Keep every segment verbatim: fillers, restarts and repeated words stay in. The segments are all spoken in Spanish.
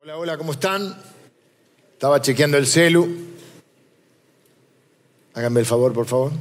Hola, hola, ¿cómo están? Estaba chequeando el celu. Háganme el favor, por favor.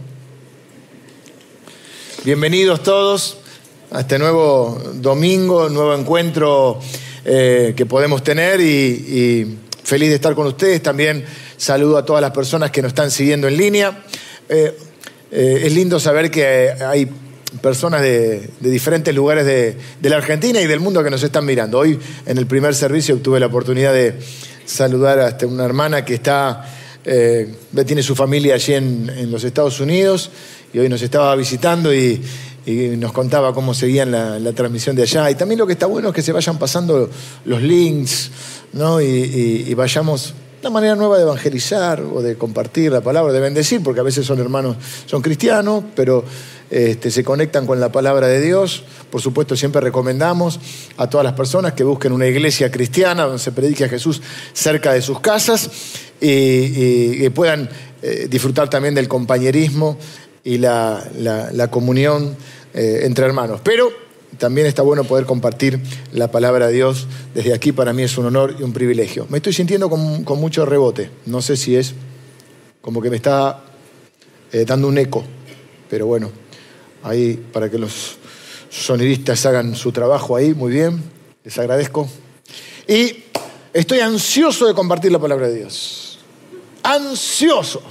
Bienvenidos todos a este nuevo domingo, nuevo encuentro eh, que podemos tener y, y feliz de estar con ustedes. También saludo a todas las personas que nos están siguiendo en línea. Eh, eh, es lindo saber que hay personas de, de diferentes lugares de, de la Argentina y del mundo que nos están mirando. Hoy en el primer servicio tuve la oportunidad de saludar a este, una hermana que está, eh, tiene su familia allí en, en los Estados Unidos y hoy nos estaba visitando y, y nos contaba cómo seguían la, la transmisión de allá. Y también lo que está bueno es que se vayan pasando los links, ¿no? y, y, y vayamos una manera nueva de evangelizar o de compartir la palabra, de bendecir, porque a veces son hermanos, son cristianos, pero este, se conectan con la palabra de Dios. Por supuesto, siempre recomendamos a todas las personas que busquen una iglesia cristiana donde se predique a Jesús cerca de sus casas y, y, y puedan eh, disfrutar también del compañerismo y la, la, la comunión eh, entre hermanos. Pero también está bueno poder compartir la palabra de Dios desde aquí. Para mí es un honor y un privilegio. Me estoy sintiendo con, con mucho rebote. No sé si es como que me está eh, dando un eco. Pero bueno, ahí para que los sonidistas hagan su trabajo ahí, muy bien. Les agradezco. Y estoy ansioso de compartir la palabra de Dios. Ansioso.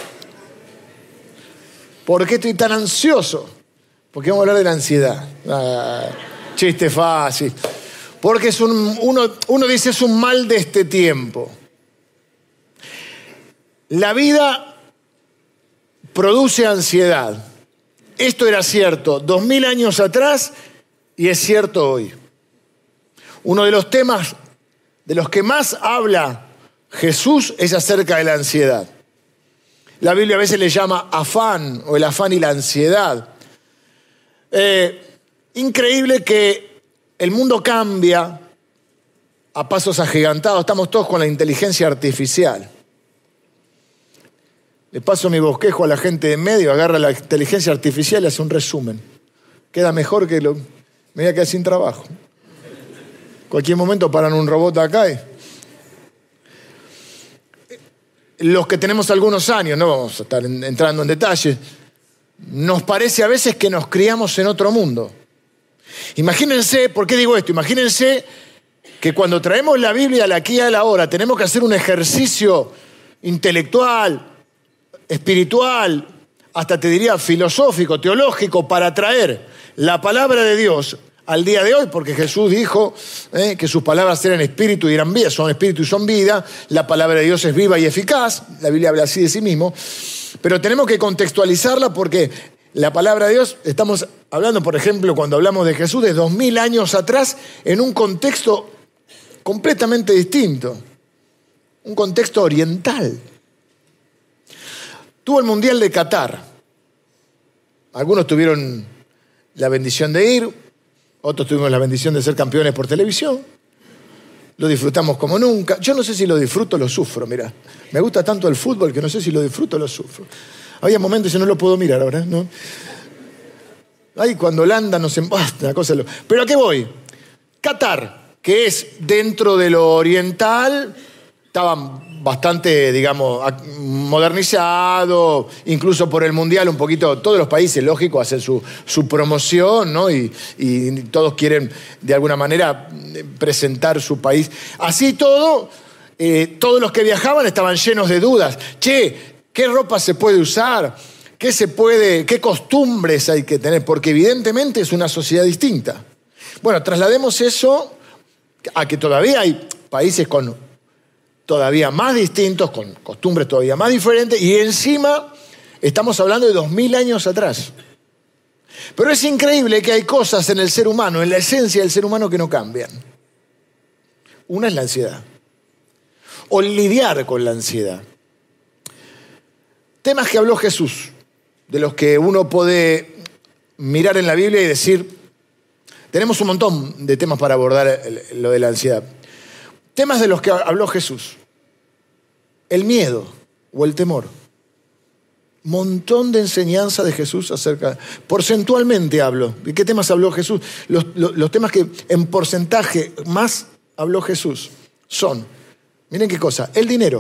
¿Por qué estoy tan ansioso? Porque vamos a hablar de la ansiedad. Ah, chiste fácil. Porque es un, uno, uno dice es un mal de este tiempo. La vida produce ansiedad. Esto era cierto dos mil años atrás y es cierto hoy. Uno de los temas de los que más habla Jesús es acerca de la ansiedad. La Biblia a veces le llama afán o el afán y la ansiedad. Eh, increíble que el mundo cambia a pasos agigantados. Estamos todos con la inteligencia artificial. Le paso mi bosquejo a la gente de medio, agarra la inteligencia artificial y hace un resumen. Queda mejor que lo... Me voy a quedar sin trabajo. Cualquier momento paran un robot acá y... Los que tenemos algunos años, no vamos a estar entrando en detalles, nos parece a veces que nos criamos en otro mundo. Imagínense, ¿por qué digo esto? Imagínense que cuando traemos la Biblia a la aquí y a la hora, tenemos que hacer un ejercicio intelectual, espiritual, hasta te diría filosófico, teológico, para traer la palabra de Dios al día de hoy, porque Jesús dijo eh, que sus palabras eran espíritu y eran vida, son espíritu y son vida. La palabra de Dios es viva y eficaz, la Biblia habla así de sí mismo. Pero tenemos que contextualizarla porque la palabra de Dios, estamos hablando, por ejemplo, cuando hablamos de Jesús, de dos mil años atrás, en un contexto completamente distinto. Un contexto oriental. Tuvo el Mundial de Qatar. Algunos tuvieron la bendición de ir, otros tuvimos la bendición de ser campeones por televisión. Lo disfrutamos como nunca. Yo no sé si lo disfruto o lo sufro, mirá. Me gusta tanto el fútbol que no sé si lo disfruto o lo sufro. Había momentos que no lo puedo mirar ahora, ¿no? Ahí cuando Holanda nos embasta, cosa. Lo... Pero ¿a qué voy? Qatar, que es dentro de lo oriental, estaba bastante, digamos, modernizado, incluso por el Mundial un poquito, todos los países, lógico, hacen su, su promoción, ¿no? Y, y todos quieren, de alguna manera, presentar su país. Así todo, eh, todos los que viajaban estaban llenos de dudas. Che, ¿qué ropa se puede usar? ¿Qué se puede, qué costumbres hay que tener? Porque evidentemente es una sociedad distinta. Bueno, traslademos eso a que todavía hay países con todavía más distintos, con costumbres todavía más diferentes, y encima estamos hablando de dos mil años atrás. Pero es increíble que hay cosas en el ser humano, en la esencia del ser humano, que no cambian. Una es la ansiedad, o lidiar con la ansiedad. Temas que habló Jesús, de los que uno puede mirar en la Biblia y decir, tenemos un montón de temas para abordar lo de la ansiedad. Temas de los que habló Jesús. El miedo o el temor. Montón de enseñanza de Jesús acerca... Porcentualmente hablo. ¿De qué temas habló Jesús? Los, los, los temas que en porcentaje más habló Jesús. son, miren qué cosa, el dinero,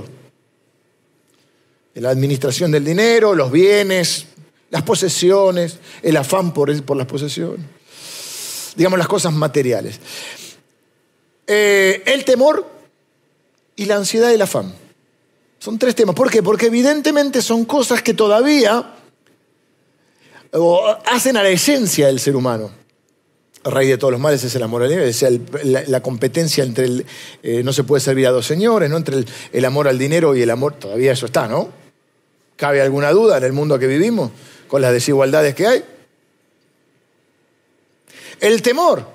la administración del dinero, los bienes, las posesiones, el afán por, por las posesiones, digamos las cosas materiales. Eh, el temor y la ansiedad y el afán. Son tres temas. ¿Por qué? Porque evidentemente son cosas que todavía o, hacen a la esencia del ser humano. El raíz de todos los males es el amor al dinero, es el, la, la competencia entre el... Eh, no se puede servir a dos señores, ¿no? Entre el, el amor al dinero y el amor... Todavía eso está, ¿no? ¿Cabe alguna duda en el mundo que vivimos con las desigualdades que hay? El temor.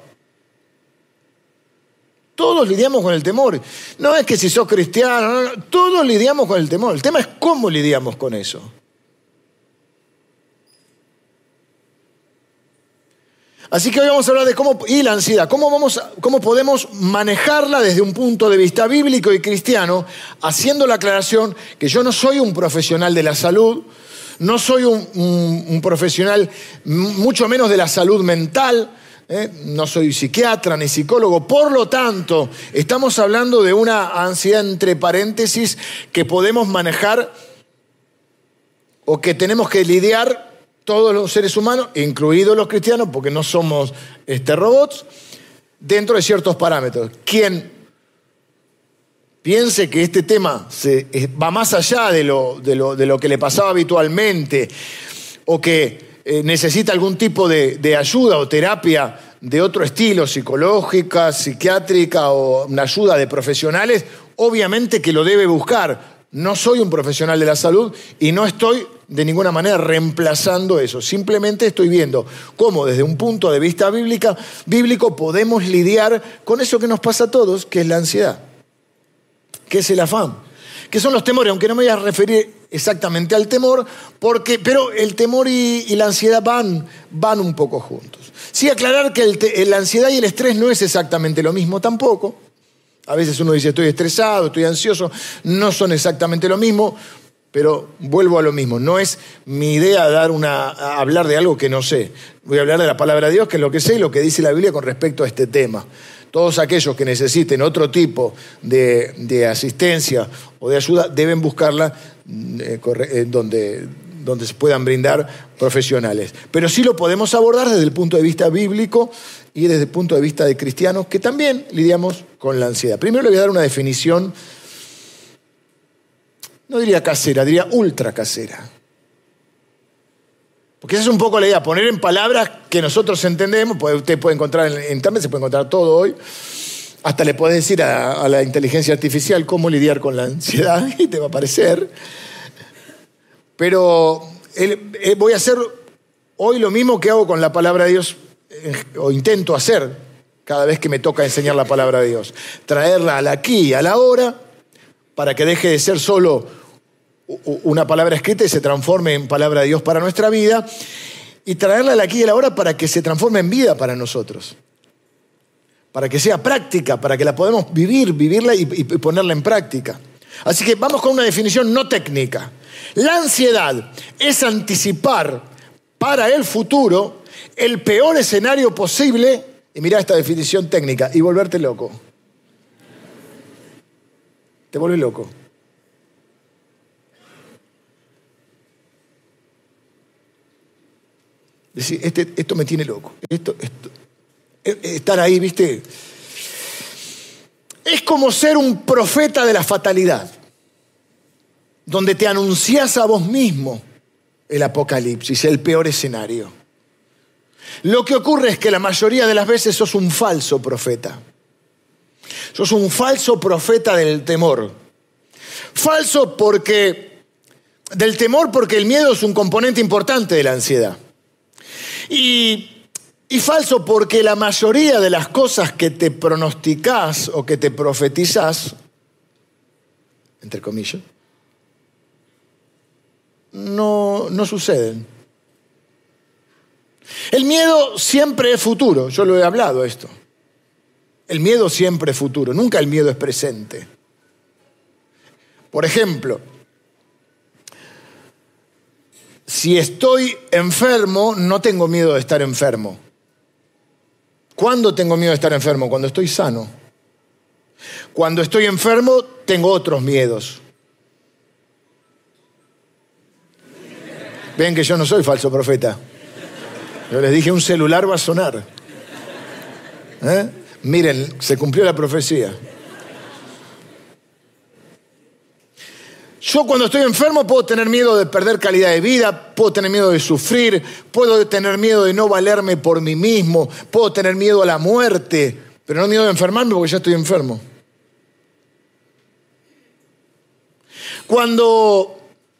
Todos lidiamos con el temor. No es que si sos cristiano, no, no, todos lidiamos con el temor. El tema es cómo lidiamos con eso. Así que hoy vamos a hablar de cómo, y la ansiedad, cómo, vamos, cómo podemos manejarla desde un punto de vista bíblico y cristiano, haciendo la aclaración que yo no soy un profesional de la salud, no soy un, un, un profesional mucho menos de la salud mental, ¿eh? No soy psiquiatra ni psicólogo, por lo tanto, estamos hablando de una ansiedad entre paréntesis que podemos manejar o que tenemos que lidiar todos los seres humanos, incluidos los cristianos, porque no somos este, robots, dentro de ciertos parámetros. Quien piense que este tema se, va más allá de lo, de, lo, de lo que le pasaba habitualmente o que eh, necesita algún tipo de, de ayuda o terapia de otro estilo, psicológica, psiquiátrica o una ayuda de profesionales, obviamente que lo debe buscar. No soy un profesional de la salud y no estoy de ninguna manera reemplazando eso. Simplemente estoy viendo cómo desde un punto de vista bíblica, bíblico podemos lidiar con eso que nos pasa a todos, que es la ansiedad, que es el afán, que son los temores, aunque no me voy a referir exactamente al temor, porque, pero el temor y, y la ansiedad van, van un poco juntos. Sí, aclarar que el te, la ansiedad y el estrés no es exactamente lo mismo tampoco. A veces uno dice estoy estresado, estoy ansioso, no son exactamente lo mismo, pero vuelvo a lo mismo. No es mi idea dar una, hablar de algo que no sé. Voy a hablar de la palabra de Dios, que es lo que sé y lo que dice la Biblia con respecto a este tema. Todos aquellos que necesiten otro tipo de, de asistencia o de ayuda deben buscarla eh, corre, eh, donde, donde se puedan brindar profesionales. Pero sí lo podemos abordar desde el punto de vista bíblico y desde el punto de vista de cristianos que también lidiamos con la ansiedad. Primero le voy a dar una definición, no diría casera, diría ultra casera. Porque esa es un poco la idea, poner en palabras que nosotros entendemos. Usted puede encontrar en internet, se puede encontrar todo hoy. Hasta le puedes decir a, a la inteligencia artificial cómo lidiar con la ansiedad y te va a aparecer. Pero el, el, voy a hacer hoy lo mismo que hago con la palabra de Dios, eh, o intento hacer cada vez que me toca enseñar la palabra de Dios. Traerla al aquí y a la ahora para que deje de ser solo una palabra escrita y se transforme en palabra de Dios para nuestra vida, y traerla al aquí y a la ahora para que se transforme en vida para nosotros, para que sea práctica, para que la podamos vivir, vivirla y, y ponerla en práctica. Así que vamos con una definición no técnica. La ansiedad es anticipar para el futuro el peor escenario posible, y mirá esta definición técnica, y volverte loco. Te vuelve loco. Decir, este, esto me tiene loco. Esto, esto, estar ahí, ¿viste? Es como ser un profeta de la fatalidad, donde te anunciás a vos mismo el apocalipsis, el peor escenario. Lo que ocurre es que la mayoría de las veces sos un falso profeta. Sos un falso profeta del temor. Falso porque, del temor porque el miedo es un componente importante de la ansiedad. Y, y falso porque la mayoría de las cosas que te pronosticás o que te profetizás, entre comillas, no, no suceden. El miedo siempre es futuro, yo lo he hablado esto. El miedo siempre es futuro, nunca el miedo es presente. Por ejemplo, si estoy enfermo, no tengo miedo de estar enfermo. ¿Cuándo tengo miedo de estar enfermo? Cuando estoy sano. Cuando estoy enfermo, tengo otros miedos. Ven que yo no soy falso profeta. Yo les dije, un celular va a sonar. ¿Eh? Miren, se cumplió la profecía. Yo cuando estoy enfermo puedo tener miedo de perder calidad de vida, puedo tener miedo de sufrir, puedo tener miedo de no valerme por mí mismo, puedo tener miedo a la muerte, pero no miedo de enfermarme porque ya estoy enfermo. Cuando,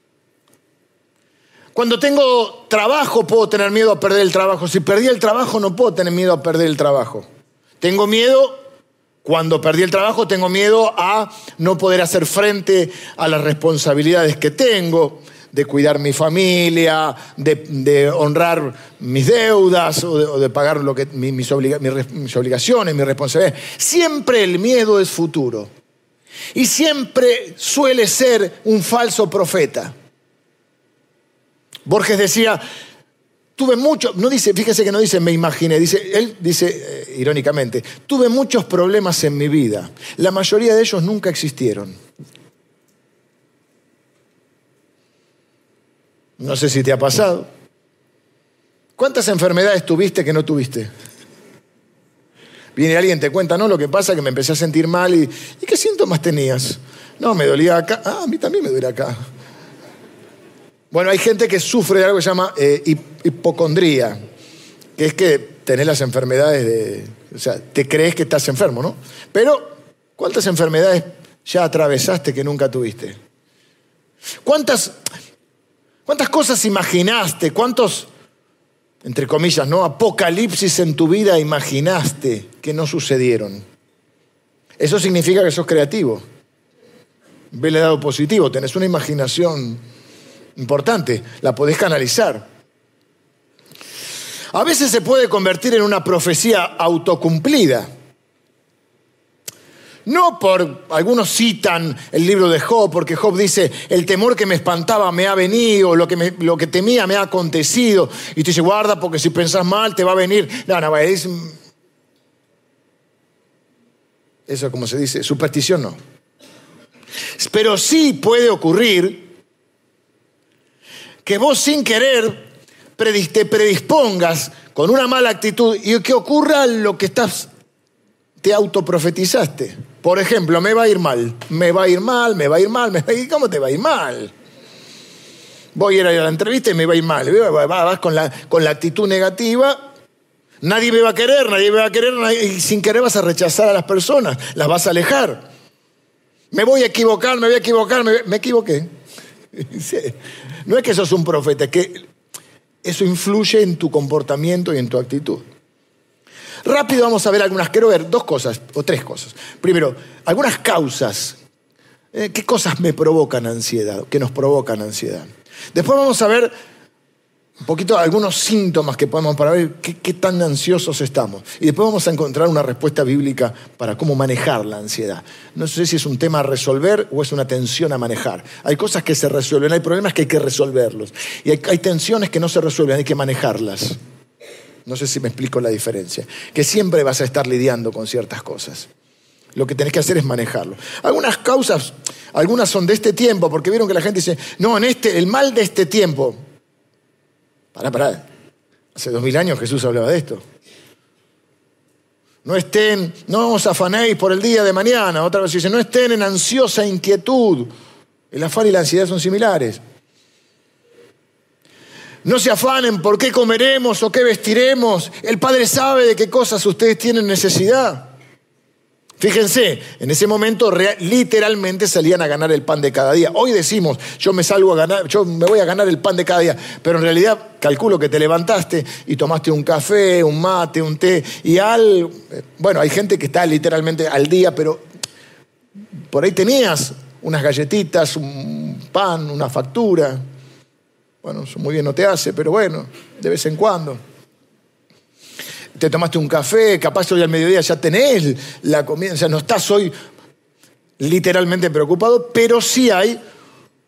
cuando tengo trabajo puedo tener miedo a perder el trabajo. Si perdí el trabajo no puedo tener miedo a perder el trabajo. Tengo miedo, cuando perdí el trabajo, tengo miedo a no poder hacer frente a las responsabilidades que tengo, de cuidar mi familia, de, de honrar mis deudas o de, o de pagar lo que, mis, mis, obliga, mis, mis obligaciones, mis responsabilidades. Siempre el miedo es futuro. Y siempre suele ser un falso profeta. Borges decía, tuve mucho, no dice, fíjese que no dice me imaginé, dice, él dice eh, irónicamente, tuve muchos problemas en mi vida. La mayoría de ellos nunca existieron. No sé si te ha pasado. ¿Cuántas enfermedades tuviste que no tuviste? Viene alguien, te cuenta, no, lo que pasa es que me empecé a sentir mal y, ¿y qué síntomas tenías? No, me dolía acá. Ah, a mí también me duele acá. Bueno, hay gente que sufre de algo que se llama eh, hipocondría, que es que tenés las enfermedades de... O sea, te crees que estás enfermo, ¿no? Pero, ¿cuántas enfermedades ya atravesaste que nunca tuviste? ¿Cuántas, cuántas cosas imaginaste? ¿Cuántos, entre comillas, ¿no? apocalipsis en tu vida imaginaste que no sucedieron? Eso significa que sos creativo. Vele el lado positivo, tenés una imaginación importante, la podés canalizar. A veces se puede convertir en una profecía autocumplida. No por, algunos citan el libro de Job, porque Job dice, el temor que me espantaba me ha venido, lo que, me, lo que temía me ha acontecido. Y te dice, guarda, porque si pensás mal te va a venir. No, no, es... Eso, como se dice, superstición no. Pero sí puede ocurrir que vos sin querer te predispongas con una mala actitud y que ocurra lo que estás, te autoprofetizaste. Por ejemplo, me va a ir mal, me va a ir mal, me va a ir mal, me va a ir, ¿cómo te va a ir mal? Voy a ir a la entrevista y me va a ir mal. Vas con la, con la actitud negativa, nadie me va a querer, nadie me va a querer, nadie, y sin querer vas a rechazar a las personas, las vas a alejar. Me voy a equivocar, me voy a equivocar, me, me equivoqué. No es que sos un profeta, es que eso influye en tu comportamiento y en tu actitud. Rápido vamos a ver algunas, quiero ver dos cosas o tres cosas. Primero, algunas causas. Eh, ¿Qué cosas me provocan ansiedad? ¿Qué nos provocan ansiedad? Después vamos a ver un poquito algunos síntomas que podemos para ver qué, qué tan ansiosos estamos. Y después vamos a encontrar una respuesta bíblica para cómo manejar la ansiedad. No sé si es un tema a resolver o es una tensión a manejar. Hay cosas que se resuelven, hay problemas que hay que resolverlos. Y hay, hay tensiones que no se resuelven, hay que manejarlas. No sé si me explico la diferencia. Que siempre vas a estar lidiando con ciertas cosas. Lo que tenés que hacer es manejarlo. Algunas causas, algunas son de este tiempo, porque vieron que la gente dice, no, en este, el mal de este tiempo. Pará, pará. Hace dos mil años Jesús hablaba de esto. No estén, no os afanéis por el día de mañana. Otra vez dice, no estén en ansiosa inquietud. El afán y la ansiedad son similares. No se afanen por qué comeremos o qué vestiremos. El Padre sabe de qué cosas ustedes tienen necesidad. Fíjense, en ese momento real, literalmente salían a ganar el pan de cada día. Hoy decimos, yo me salgo a ganar, yo me voy a ganar el pan de cada día. Pero en realidad calculo que te levantaste y tomaste un café, un mate, un té. Y al, bueno, hay gente que está literalmente al día, pero por ahí tenías unas galletitas, un pan, una factura. Bueno, eso muy bien no te hace, pero bueno, de vez en cuando. Te tomaste un café, capaz hoy al mediodía ya tenés la comida, o sea, no estás hoy literalmente preocupado, pero sí hay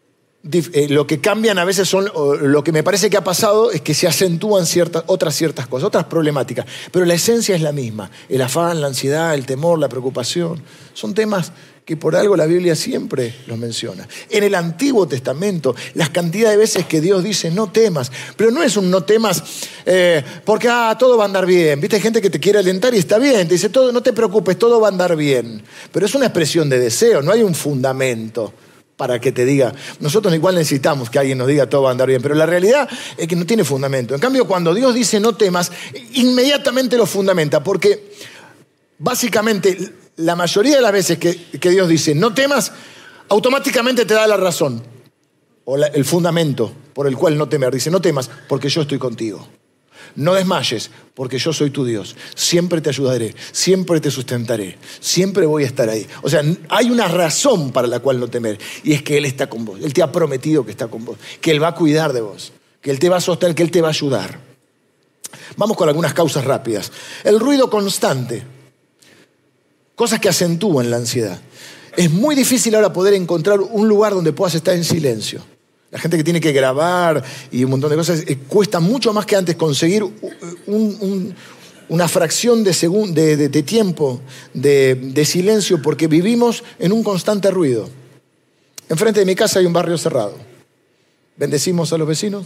Eh, lo que cambian a veces son, lo que me parece que ha pasado es que se acentúan ciertas, otras ciertas cosas, otras problemáticas, pero la esencia es la misma, el afán, la ansiedad, el temor, la preocupación, son temas que por algo la Biblia siempre los menciona. En el Antiguo Testamento, las cantidades de veces que Dios dice no temas, pero no es un no temas eh, porque ah, todo va a andar bien. Viste, hay gente que te quiere alentar y está bien, te dice todo, no te preocupes, todo va a andar bien, pero es una expresión de deseo, no hay un fundamento para que te diga. Nosotros igual necesitamos que alguien nos diga todo va a andar bien, pero la realidad es que no tiene fundamento. En cambio, cuando Dios dice no temas, inmediatamente lo fundamenta, porque básicamente la mayoría de las veces que, que Dios dice no temas, automáticamente te da la razón o la, el fundamento por el cual no temer. Dice no temas porque yo estoy contigo. No desmayes, porque yo soy tu Dios. Siempre te ayudaré, siempre te sustentaré, siempre voy a estar ahí. O sea, hay una razón para la cual no temer, y es que Él está con vos. Él te ha prometido que está con vos, que Él va a cuidar de vos, que Él te va a sostener, que Él te va a ayudar. Vamos con algunas causas rápidas. El ruido constante, cosas que acentúan la ansiedad. Es muy difícil ahora poder encontrar un lugar donde puedas estar en silencio. La gente que tiene que grabar y un montón de cosas, eh, cuesta mucho más que antes conseguir un, un, una fracción de, segun, de, de, de tiempo de, de silencio, porque vivimos en un constante ruido. Enfrente de mi casa hay un barrio cerrado. Bendecimos a los vecinos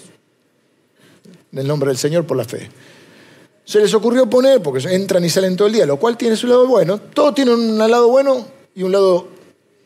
en el nombre del Señor por la fe. Se les ocurrió poner, porque entran y salen todo el día, lo cual tiene su lado bueno. Todo tiene un lado bueno y un lado...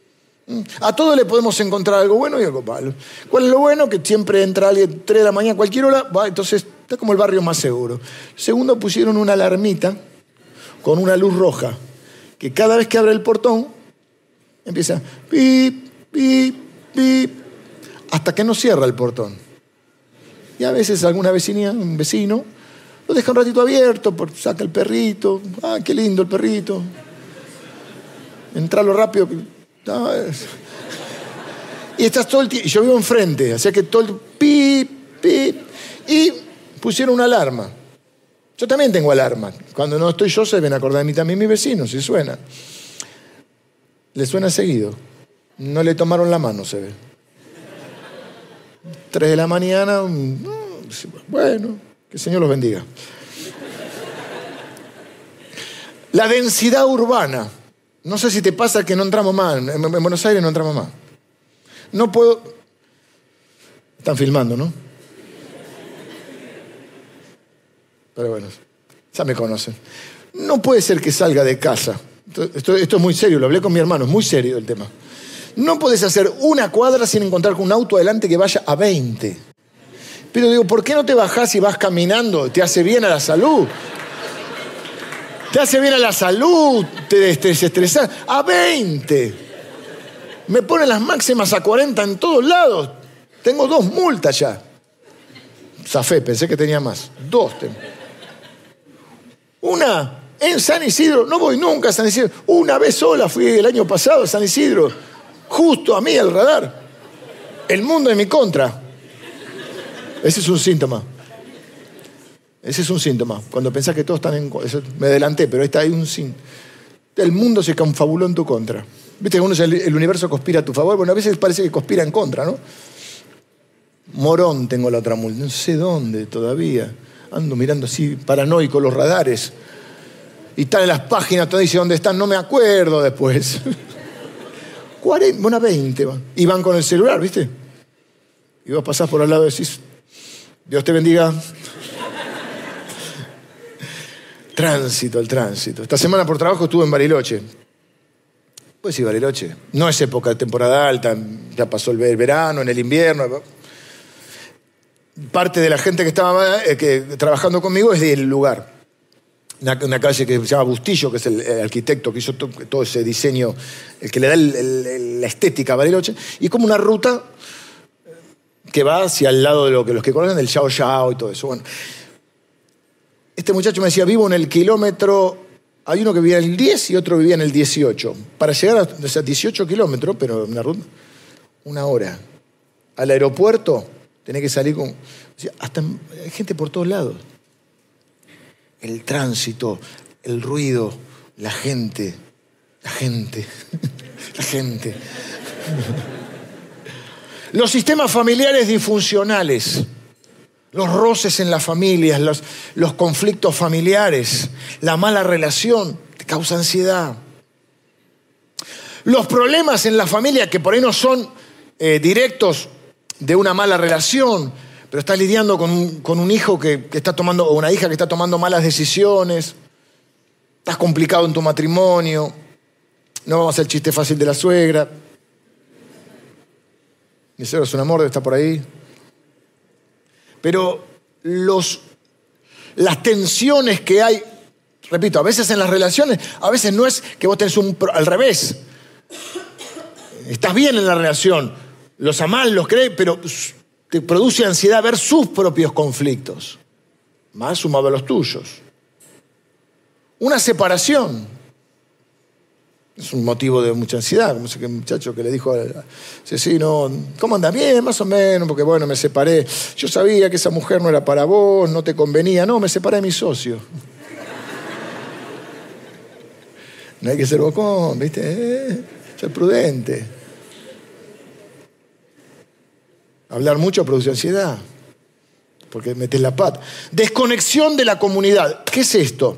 A todo le podemos encontrar algo bueno y algo malo. ¿Cuál es lo bueno? Que siempre entra alguien tres de la mañana, cualquier hora, va, entonces está como el barrio más seguro. Segundo, pusieron una alarmita con una luz roja, que cada vez que abre el portón, empieza pip, pip, pip, hasta que no cierra el portón. Y a veces alguna vecinía, un vecino, lo deja un ratito abierto, saca el perrito, ah, qué lindo el perrito. Entralo rápido. No, es... Y estás todo el tiempo. Yo vivo enfrente, así que todo el pip, pip. Y pusieron una alarma. Yo también tengo alarma. Cuando no estoy yo, se deben acordar de mí también mis vecinos, si suena. Le suena seguido. No le tomaron la mano, se ve. Tres de la mañana. Bueno, que el Señor los bendiga. La densidad urbana. No sé si te pasa que no entramos más. En Buenos Aires no entramos más. No puedo... Están filmando, ¿no? Pero bueno, ya me conocen. No puede ser que salga de casa. Esto, esto es muy serio, lo hablé con mi hermano, es muy serio el tema. No puedes hacer una cuadra sin encontrar con un auto adelante que vaya a veinte. Pero digo, ¿por qué no te bajás y vas caminando? Te hace bien a la salud. Te hace bien a la salud, te desestresás. A veinte. Me ponen las máximas a cuarenta en todos lados. Tengo dos multas ya. Zafé, pensé que tenía más. Dos tengo. Una en San Isidro. No voy nunca a San Isidro. Una vez sola fui el año pasado a San Isidro. Justo a mí, al radar. El mundo en mi contra. Ese es un síntoma. Ese es un síntoma. Cuando pensás que todos están en... Eso, me adelanté, pero ahí está, hay un síntoma. El mundo se confabuló en tu contra. Viste que uno dice, el, el universo conspira a tu favor. Bueno, a veces parece que conspira en contra, ¿no? Morón tengo la otra multa. No sé dónde todavía. Ando mirando así, paranoico, los radares. Y están en las páginas, todo dice dónde están. No me acuerdo después. cuarenta, bueno, veinte van. Y van con el celular, ¿viste? Y vos pasás por al lado y decís, Dios te bendiga. Tránsito, el tránsito. Esta semana por trabajo estuve en Bariloche. Pues sí, Bariloche. No es época de temporada alta, ya pasó el verano, en el invierno. Parte de la gente que estaba eh, que, trabajando conmigo es del lugar. Una, una calle que se llama Bustillo, que es el, el arquitecto que hizo to, todo ese diseño, el que le da el, el, la estética a Bariloche. Y como una ruta que va hacia el lado de lo que los que conocen del Yao Yao y todo eso. Bueno, este muchacho me decía, vivo en el kilómetro, hay uno que vivía en el diez y otro vivía en el dieciocho. Para llegar a o sea, dieciocho kilómetros, pero una ruta, una hora. Al aeropuerto tenés que salir con... O sea, hasta hay gente por todos lados. El tránsito, el ruido, la gente, la gente, la gente. Los sistemas familiares disfuncionales, los roces en las familias, los, los conflictos familiares, la mala relación, te causa ansiedad. Los problemas en la familia que por ahí no son eh, directos de una mala relación, pero estás lidiando con un, con un hijo que, que está tomando, o una hija que está tomando malas decisiones, estás complicado en tu matrimonio, no vamos a hacer el chiste fácil de la suegra. Mi suegro es un amor, debe estar por ahí. Pero los, las tensiones que hay, repito, a veces en las relaciones, a veces no es que vos tenés un... al revés. Estás bien en la relación, los amás, los crees, pero te produce ansiedad ver sus propios conflictos, más sumado a los tuyos. Una separación es un motivo de mucha ansiedad, como ese muchacho que le dijo a sí, no, ¿cómo andas? Bien, más o menos, porque bueno, me separé. Yo sabía que esa mujer no era para vos, no te convenía. No, me separé de mi socio. No hay que ser bocón, ¿viste? Eh, ser prudente. Hablar mucho produce ansiedad, porque metes la pata. Desconexión de la comunidad. ¿Qué es esto?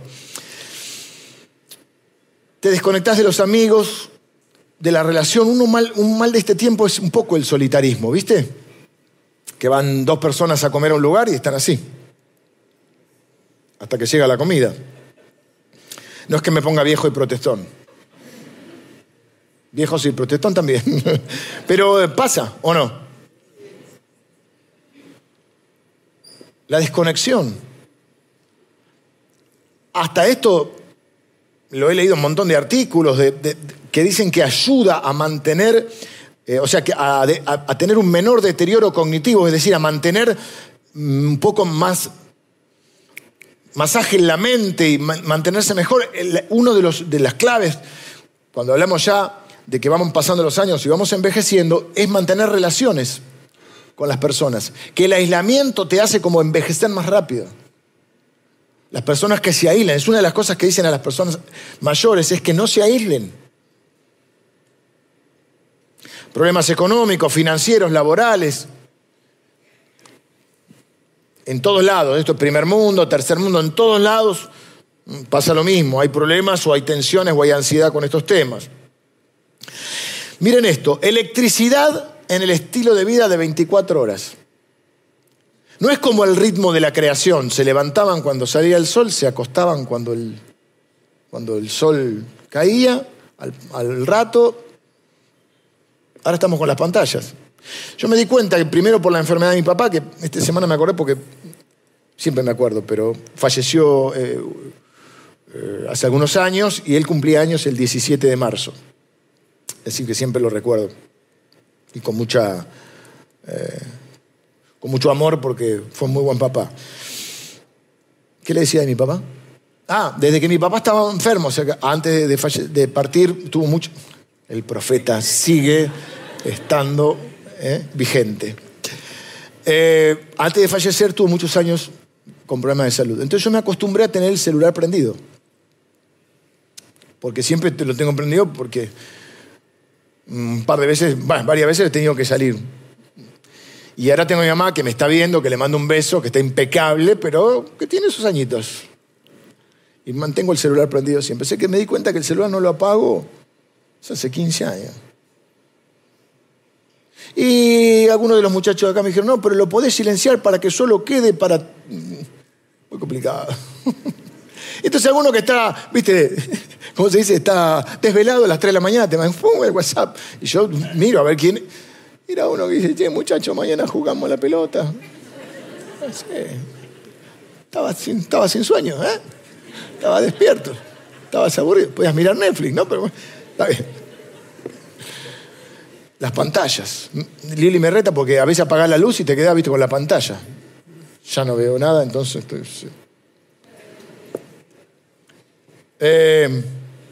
Te desconectás de los amigos, de la relación. Uno mal, un mal de este tiempo es un poco el solitarismo, ¿viste? Que van dos personas a comer a un lugar y están así, hasta que llega la comida. No es que me ponga viejo y protestón. Viejo sí, protestón también. Pero pasa, ¿o no? La desconexión. Hasta esto, lo he leído un montón de artículos de, de, de, que dicen que ayuda a mantener, eh, o sea, que a, a, a tener un menor deterioro cognitivo, es decir, a mantener un poco más, más ágil la mente y man, mantenerse mejor. Uno de, los, de las claves, cuando hablamos ya de que vamos pasando los años y vamos envejeciendo, es mantener relaciones con las personas. Que el aislamiento te hace como envejecer más rápido. Las personas que se aíslan, es una de las cosas que dicen a las personas mayores, es que no se aíslen. Problemas económicos, financieros, laborales. En todos lados, esto es primer mundo, tercer mundo, en todos lados pasa lo mismo. Hay problemas o hay tensiones o hay ansiedad con estos temas. Miren esto, electricidad en el estilo de vida de veinticuatro horas. No es como el ritmo de la creación. Se levantaban cuando salía el sol, se acostaban cuando el, cuando el sol caía, al, al rato. Ahora estamos con las pantallas. Yo me di cuenta que primero por la enfermedad de mi papá, que esta semana me acordé porque siempre me acuerdo, pero falleció eh, eh, hace algunos años y él cumplía años el diecisiete de marzo. Es decir, que siempre lo recuerdo. Y con mucha... Eh, con mucho amor porque fue un muy buen papá. ¿Qué le decía de mi papá? Ah, desde que mi papá estaba enfermo, o sea, que antes de, falle- de partir tuvo mucho... El profeta sigue estando eh, vigente. Eh, antes de fallecer tuvo muchos años con problemas de salud. Entonces yo me acostumbré a tener el celular prendido. Porque siempre te lo tengo prendido porque un par de veces, bueno, varias veces he tenido que salir. Y ahora tengo a mi mamá que me está viendo, que le mando un beso, que está impecable, pero que tiene sus añitos. Y mantengo el celular prendido siempre. Sé que me di cuenta que el celular no lo apago hace quince años. Y algunos de los muchachos de acá me dijeron, no, pero lo podés silenciar para que solo quede para... Muy complicado. Entonces alguno que está, viste, ¿cómo se dice? Está desvelado a las tres de la mañana, te manda el WhatsApp. Y yo miro a ver quién... Mira uno que dice, che, muchacho, mañana jugamos la pelota. No sé. Estaba sin, estaba sin sueño, ¿eh? Estaba despierto. Estabas aburrido. Podías mirar Netflix, ¿no? Pero está bien. Las pantallas. Lili me reta porque a veces apagás la luz y te quedás, viste, con la pantalla. Ya no veo nada, entonces estoy... Sí. Eh,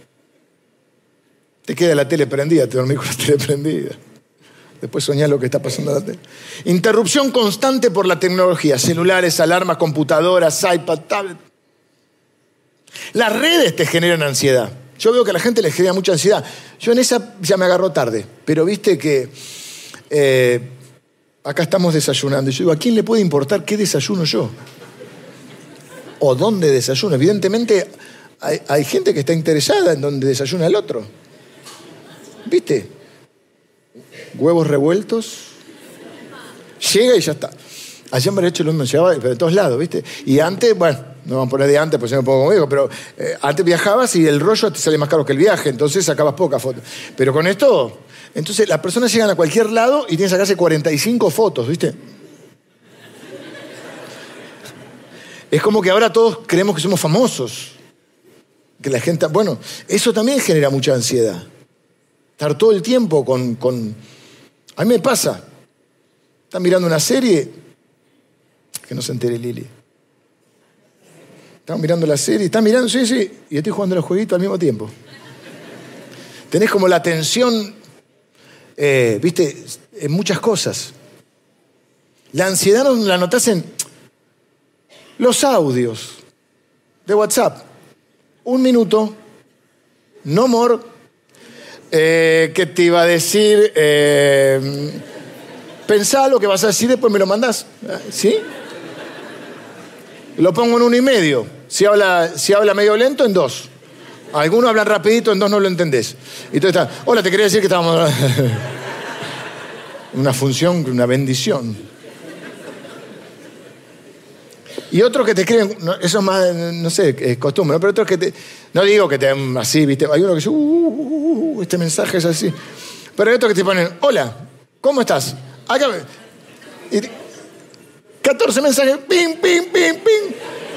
te queda la tele prendida, te dormís con la tele prendida. Después soñás lo que está pasando en la tele. Interrupción constante por la tecnología. Celulares, alarmas, computadoras, iPad, tablet. Las redes te generan ansiedad. Yo veo que a la gente le genera mucha ansiedad. Yo en esa ya me agarró tarde. Pero viste que eh, acá estamos desayunando. Y yo digo, ¿a quién le puede importar qué desayuno yo? ¿O dónde desayuno? Evidentemente hay, hay gente que está interesada en dónde desayuna el otro. ¿Viste? Huevos revueltos. Llega y ya está. Ayer me he hecho lo mismo, llegaba de todos lados, ¿viste? Y antes, bueno, no vamos a poner de antes, pues se me pongo conmigo, pero eh, antes viajabas y el rollo te sale más caro que el viaje, entonces sacabas pocas fotos. Pero con esto, entonces las personas llegan a cualquier lado y tienen que sacarse cuarenta y cinco fotos, ¿viste? Es como que ahora todos creemos que somos famosos. Que la gente, bueno, eso también genera mucha ansiedad. Estar todo el tiempo con, con... A mí me pasa. Están mirando una serie, que no se entere Lili. Están mirando la serie, están mirando, sí, sí, y estoy jugando los jueguitos al mismo tiempo. Tenés como la tensión, eh, viste, en muchas cosas. La ansiedad no la notás en los audios de WhatsApp. Un minuto, no more. Eh, ¿Qué te iba a decir? Eh, pensá lo que vas a decir, después me lo mandás. ¿Sí? Lo pongo en uno y medio. Si habla, si habla medio lento, en dos. Algunos hablan rapidito, en dos no lo entendés. Y tú estás, hola, te quería decir que estábamos... Una función, una bendición. Y otros que te escriben, no, eso es más, no sé, es costumbre, ¿no? Pero otros que te... No digo que te así, ¿viste? Hay uno que dice, uh, uh, uh, este mensaje es así. Pero hay otros que te ponen, hola, ¿cómo estás? Acá... Y catorce mensajes, pim, pim, pim, pim.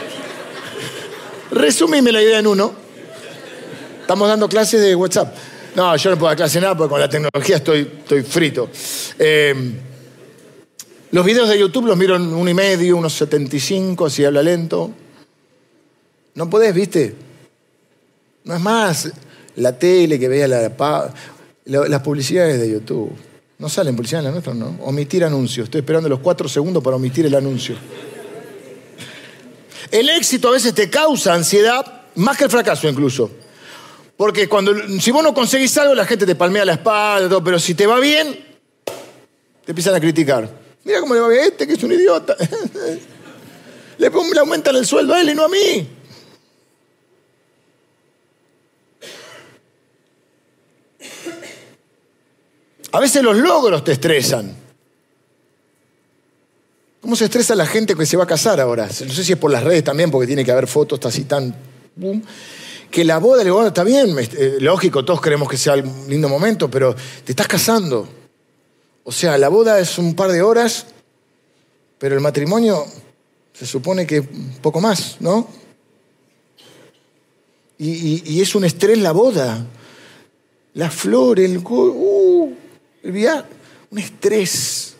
Resumime la idea en uno. Estamos dando clases de WhatsApp. No, yo no puedo dar clase nada porque con la tecnología estoy, estoy frito. Eh, los videos de YouTube los miro en uno y medio, unos setenta y cinco, si habla lento. No podés, ¿viste? No es más la tele que vea la, la, las publicidades de YouTube. No salen publicidades en la nuestra, ¿no? Omitir anuncio. Estoy esperando los cuatro segundos para omitir el anuncio. El éxito a veces te causa ansiedad, más que el fracaso incluso. Porque cuando, si vos no conseguís algo, la gente te palmea la espalda, todo, pero si te va bien, te empiezan a criticar. Mira cómo le va bien a este, que es un idiota. Le, le aumentan el sueldo a él y no a mí. A veces los logros te estresan. ¿Cómo se estresa la gente que se va a casar ahora? No sé si es por las redes también, porque tiene que haber fotos así tan... Boom. Que la boda, bueno, está bien, eh, lógico, todos queremos que sea un lindo momento, pero te estás casando. O sea, la boda es un par de horas, pero el matrimonio se supone que un poco más, ¿no? Y, y, y es un estrés la boda. La flor, el, uh, el viaje, un estrés.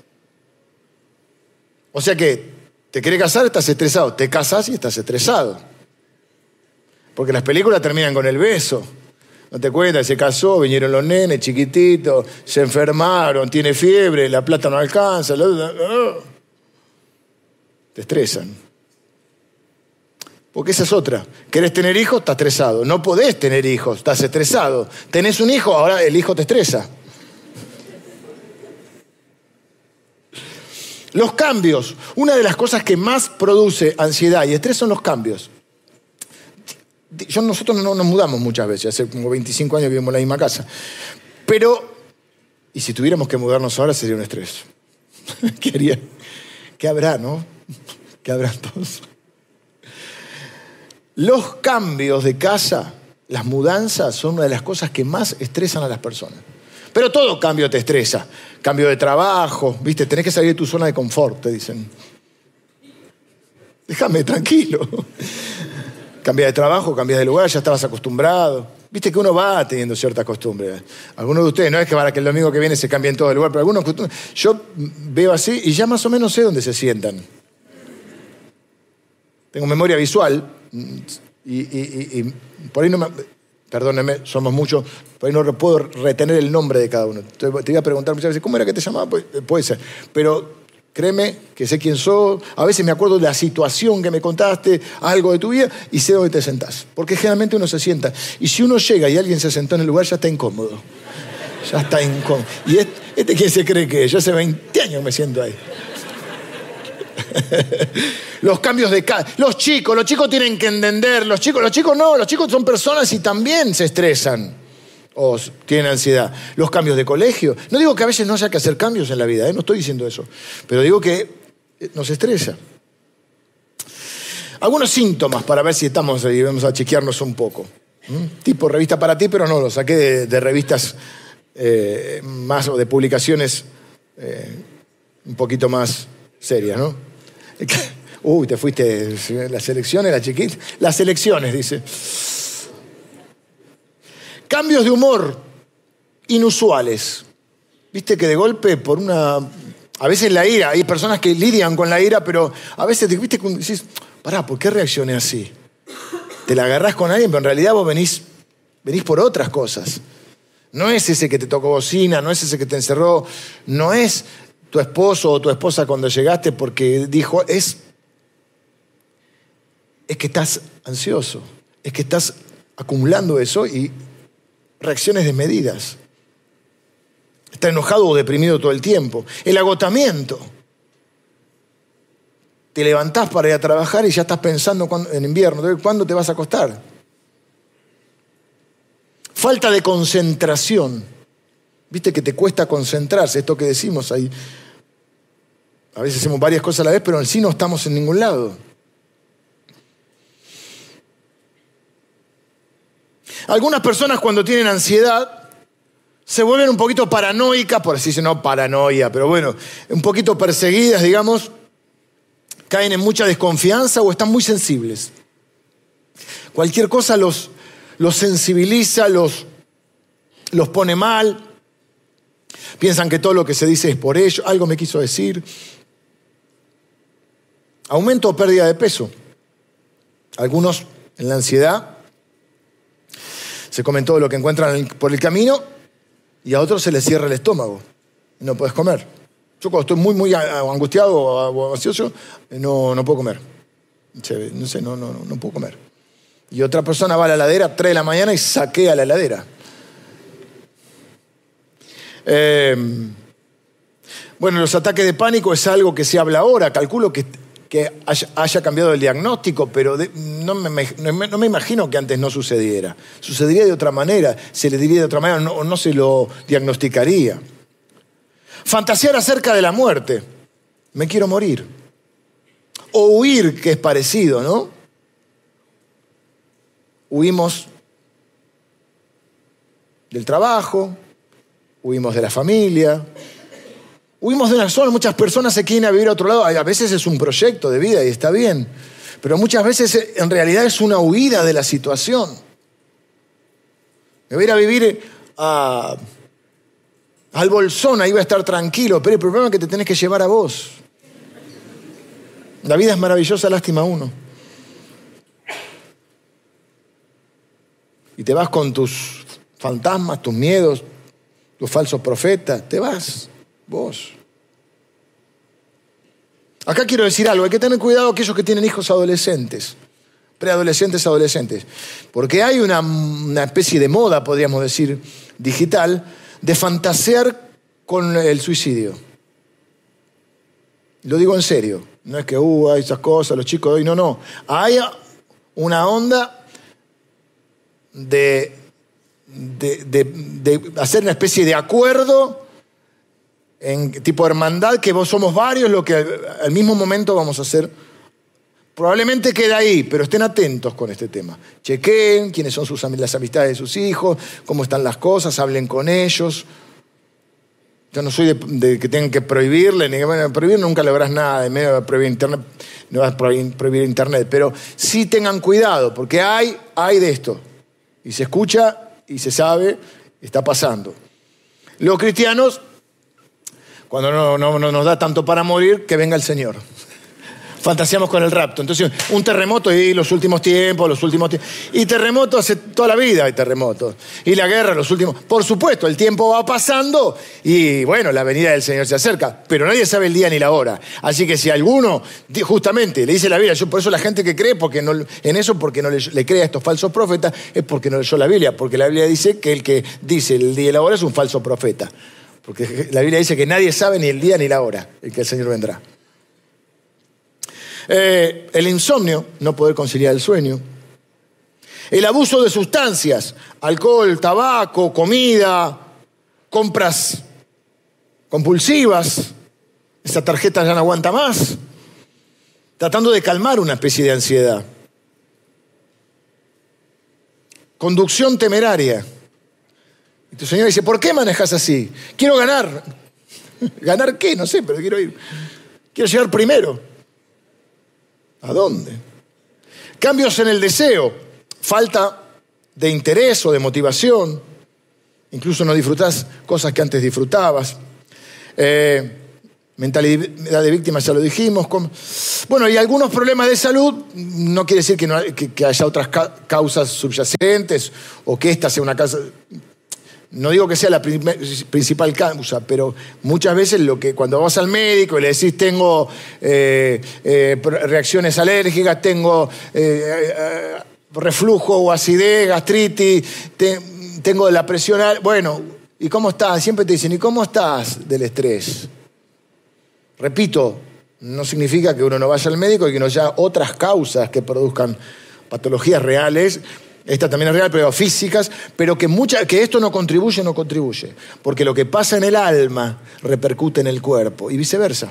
O sea que te querés casar, estás estresado. Te casás y estás estresado. Porque las películas terminan con el beso. No te cuentas, se casó, vinieron los nenes chiquititos, se enfermaron, tiene fiebre, la plata no alcanza. Te estresan. Porque esa es otra. ¿Querés tener hijos? Estás estresado. No podés tener hijos, estás estresado. Tenés un hijo, ahora el hijo te estresa. Los cambios. Una de las cosas que más produce ansiedad y estrés son los cambios. Yo, nosotros no nos mudamos muchas veces, hace como veinticinco años vivimos en la misma casa. Pero, y si tuviéramos que mudarnos ahora sería un estrés. ¿Qué haría? ¿Qué habrá, no? ¿Qué habrá todos? Los cambios de casa, las mudanzas, son una de las cosas que más estresan a las personas. Pero todo cambio te estresa. Cambio de trabajo, ¿viste? Tenés que salir de tu zona de confort, te dicen. Déjame tranquilo. Cambias de trabajo, cambias de lugar, ya estabas acostumbrado. Viste que uno va teniendo cierta costumbre. Algunos de ustedes, no es que para que el domingo que viene se cambien todo de lugar, pero algunos, yo veo así y ya más o menos sé dónde se sientan. Tengo memoria visual y, y, y, y por ahí no me... Perdónenme, somos muchos, por ahí no puedo retener el nombre de cada uno. Te voy a preguntar muchas veces, ¿cómo era que te llamaba? Pues, puede ser, pero... Créeme que sé quién sos, a veces me acuerdo de la situación que me contaste, algo de tu vida, y sé dónde te sentás. Porque generalmente uno se sienta. Y si uno llega y alguien se sentó en el lugar, ya está incómodo. Ya está incómodo. ¿Y este, este quién se cree que es? Yo hace veinte años me siento ahí. Los cambios de casa. Los chicos, los chicos tienen que entender. Los chicos, los chicos no, los chicos son personas y también se estresan o tienen ansiedad. Los cambios de colegio. No digo que a veces no haya que hacer cambios en la vida, ¿eh? No estoy diciendo eso. Pero digo que nos estresa. Algunos síntomas para ver si estamos ahí, vamos a chequearnos un poco. ¿Mm? Tipo revista para ti, pero no, lo saqué de, de revistas eh, más o de publicaciones eh, un poquito más serias, ¿no? Uy, te fuiste, las elecciones, la chiquita. Las elecciones, dice. Cambios de humor inusuales. Viste que de golpe por una... A veces la ira, hay personas que lidian con la ira, pero a veces te viste que decís, pará, ¿por qué reaccioné así? Te la agarrás con alguien, pero en realidad vos venís, venís por otras cosas. No es ese que te tocó bocina, no es ese que te encerró, no es tu esposo o tu esposa cuando llegaste porque dijo, es, es que estás ansioso, es que estás acumulando eso y reacciones desmedidas. Estás enojado o deprimido todo el tiempo. El agotamiento. Te levantás para ir a trabajar y ya estás pensando en invierno, ¿cuándo te vas a acostar? Falta de concentración. Viste que te cuesta concentrarse, esto que decimos ahí. A veces hacemos varias cosas a la vez, pero en sí no estamos en ningún lado. Algunas personas cuando tienen ansiedad se vuelven un poquito paranoicas, por así decirlo, no paranoia, pero bueno, un poquito perseguidas, digamos, caen en mucha desconfianza o están muy sensibles. Cualquier cosa los, los sensibiliza, los, los pone mal. Piensan que todo lo que se dice es por ellos. Algo me quiso decir. Aumento o pérdida de peso. Algunos en la ansiedad se comen todo lo que encuentran por el camino y a otros se les cierra el estómago y no puedes comer. Yo cuando estoy muy, muy angustiado o ansioso, no, no puedo comer. No sé, no, no, no puedo comer. Y otra persona va a la heladera a tres de la mañana y saquea la heladera. Eh, bueno, los ataques de pánico es algo que se habla ahora. Calculo que, que haya, haya cambiado el diagnóstico, pero de, no, me, no me imagino que antes no sucediera. Sucedería de otra manera, se le diría de otra manera, no, no se lo diagnosticaría. Fantasear acerca de la muerte. Me quiero morir. O huir, que es parecido, ¿no? Huimos del trabajo, huimos de la familia, huimos de una zona. Muchas personas se quieren a vivir a otro lado. A veces es un proyecto de vida y está bien, pero muchas veces en realidad es una huida de la situación. Me voy a ir a vivir a... al Bolsón, ahí va a estar tranquilo, pero el problema es que te tenés que llevar a vos. La vida es maravillosa, lástima uno. Y te vas con tus fantasmas, tus miedos, tus falsos profetas, te vas, vos. Acá quiero decir algo, hay que tener cuidado aquellos que tienen hijos adolescentes, preadolescentes, adolescentes, porque hay una, una especie de moda, podríamos decir, digital, de fantasear con el suicidio. Lo digo en serio. No es que uh, hay esas cosas, los chicos de hoy. No, no. Hay una onda de, de, de, de hacer una especie de acuerdo en tipo hermandad, que vos somos varios, lo que al, al mismo momento vamos a hacer. Probablemente quede ahí, pero estén atentos con este tema. Chequeen quiénes son sus, las amistades de sus hijos, cómo están las cosas, hablen con ellos. Yo no soy de, de que tengan que prohibirle, ni que bueno, prohibir nunca lográs nada, de medio de prohibir internet, no vas a prohibir, prohibir internet, pero sí tengan cuidado, porque hay, hay de esto. Y se escucha y se sabe, está pasando. Los cristianos, cuando no, no, no nos da tanto para morir, que venga el Señor. fantaseamos con el rapto. Entonces, un terremoto y los últimos tiempos, los últimos tiempos. Y terremoto hace toda la vida hay terremotos. Y la guerra, los últimos. Por supuesto, el tiempo va pasando y bueno, la venida del Señor se acerca. Pero nadie sabe el día ni la hora. Así que si alguno, justamente, le dice la Biblia, yo por eso la gente que cree porque no, en eso, porque no le, le cree a estos falsos profetas, es porque no leyó la Biblia. Porque la Biblia dice que el que dice el día y la hora es un falso profeta. Porque la Biblia dice que nadie sabe ni el día ni la hora en que el Señor vendrá. Eh, el insomnio, no poder conciliar el sueño. El abuso de sustancias, alcohol, tabaco, comida, compras compulsivas. Esa tarjeta ya no aguanta más. Tratando de calmar una especie de ansiedad. Conducción temeraria. Y tu señora dice, ¿por qué manejas así? Quiero ganar. ¿Ganar qué? No sé, pero quiero ir. Quiero llegar primero. ¿A dónde? Cambios en el deseo, falta de interés o de motivación, incluso no disfrutás cosas que antes disfrutabas. Eh, mentalidad de víctima, ya lo dijimos. Con... Bueno, y algunos problemas de salud, no quiere decir que, no, que, que haya otras ca- causas subyacentes o que esta sea una causa... No digo que sea la principal causa, pero muchas veces lo que cuando vas al médico y le decís tengo eh, eh, reacciones alérgicas, tengo eh, eh, reflujo o acidez, gastritis, te, tengo la presión alta. Bueno, ¿y cómo estás? Siempre te dicen, ¿y cómo estás del estrés? Repito, no significa que uno no vaya al médico y que no haya otras causas que produzcan patologías reales. Esta también es real, pero físicas, pero que, mucha, que esto no contribuye, no contribuye. Porque lo que pasa en el alma repercute en el cuerpo y viceversa.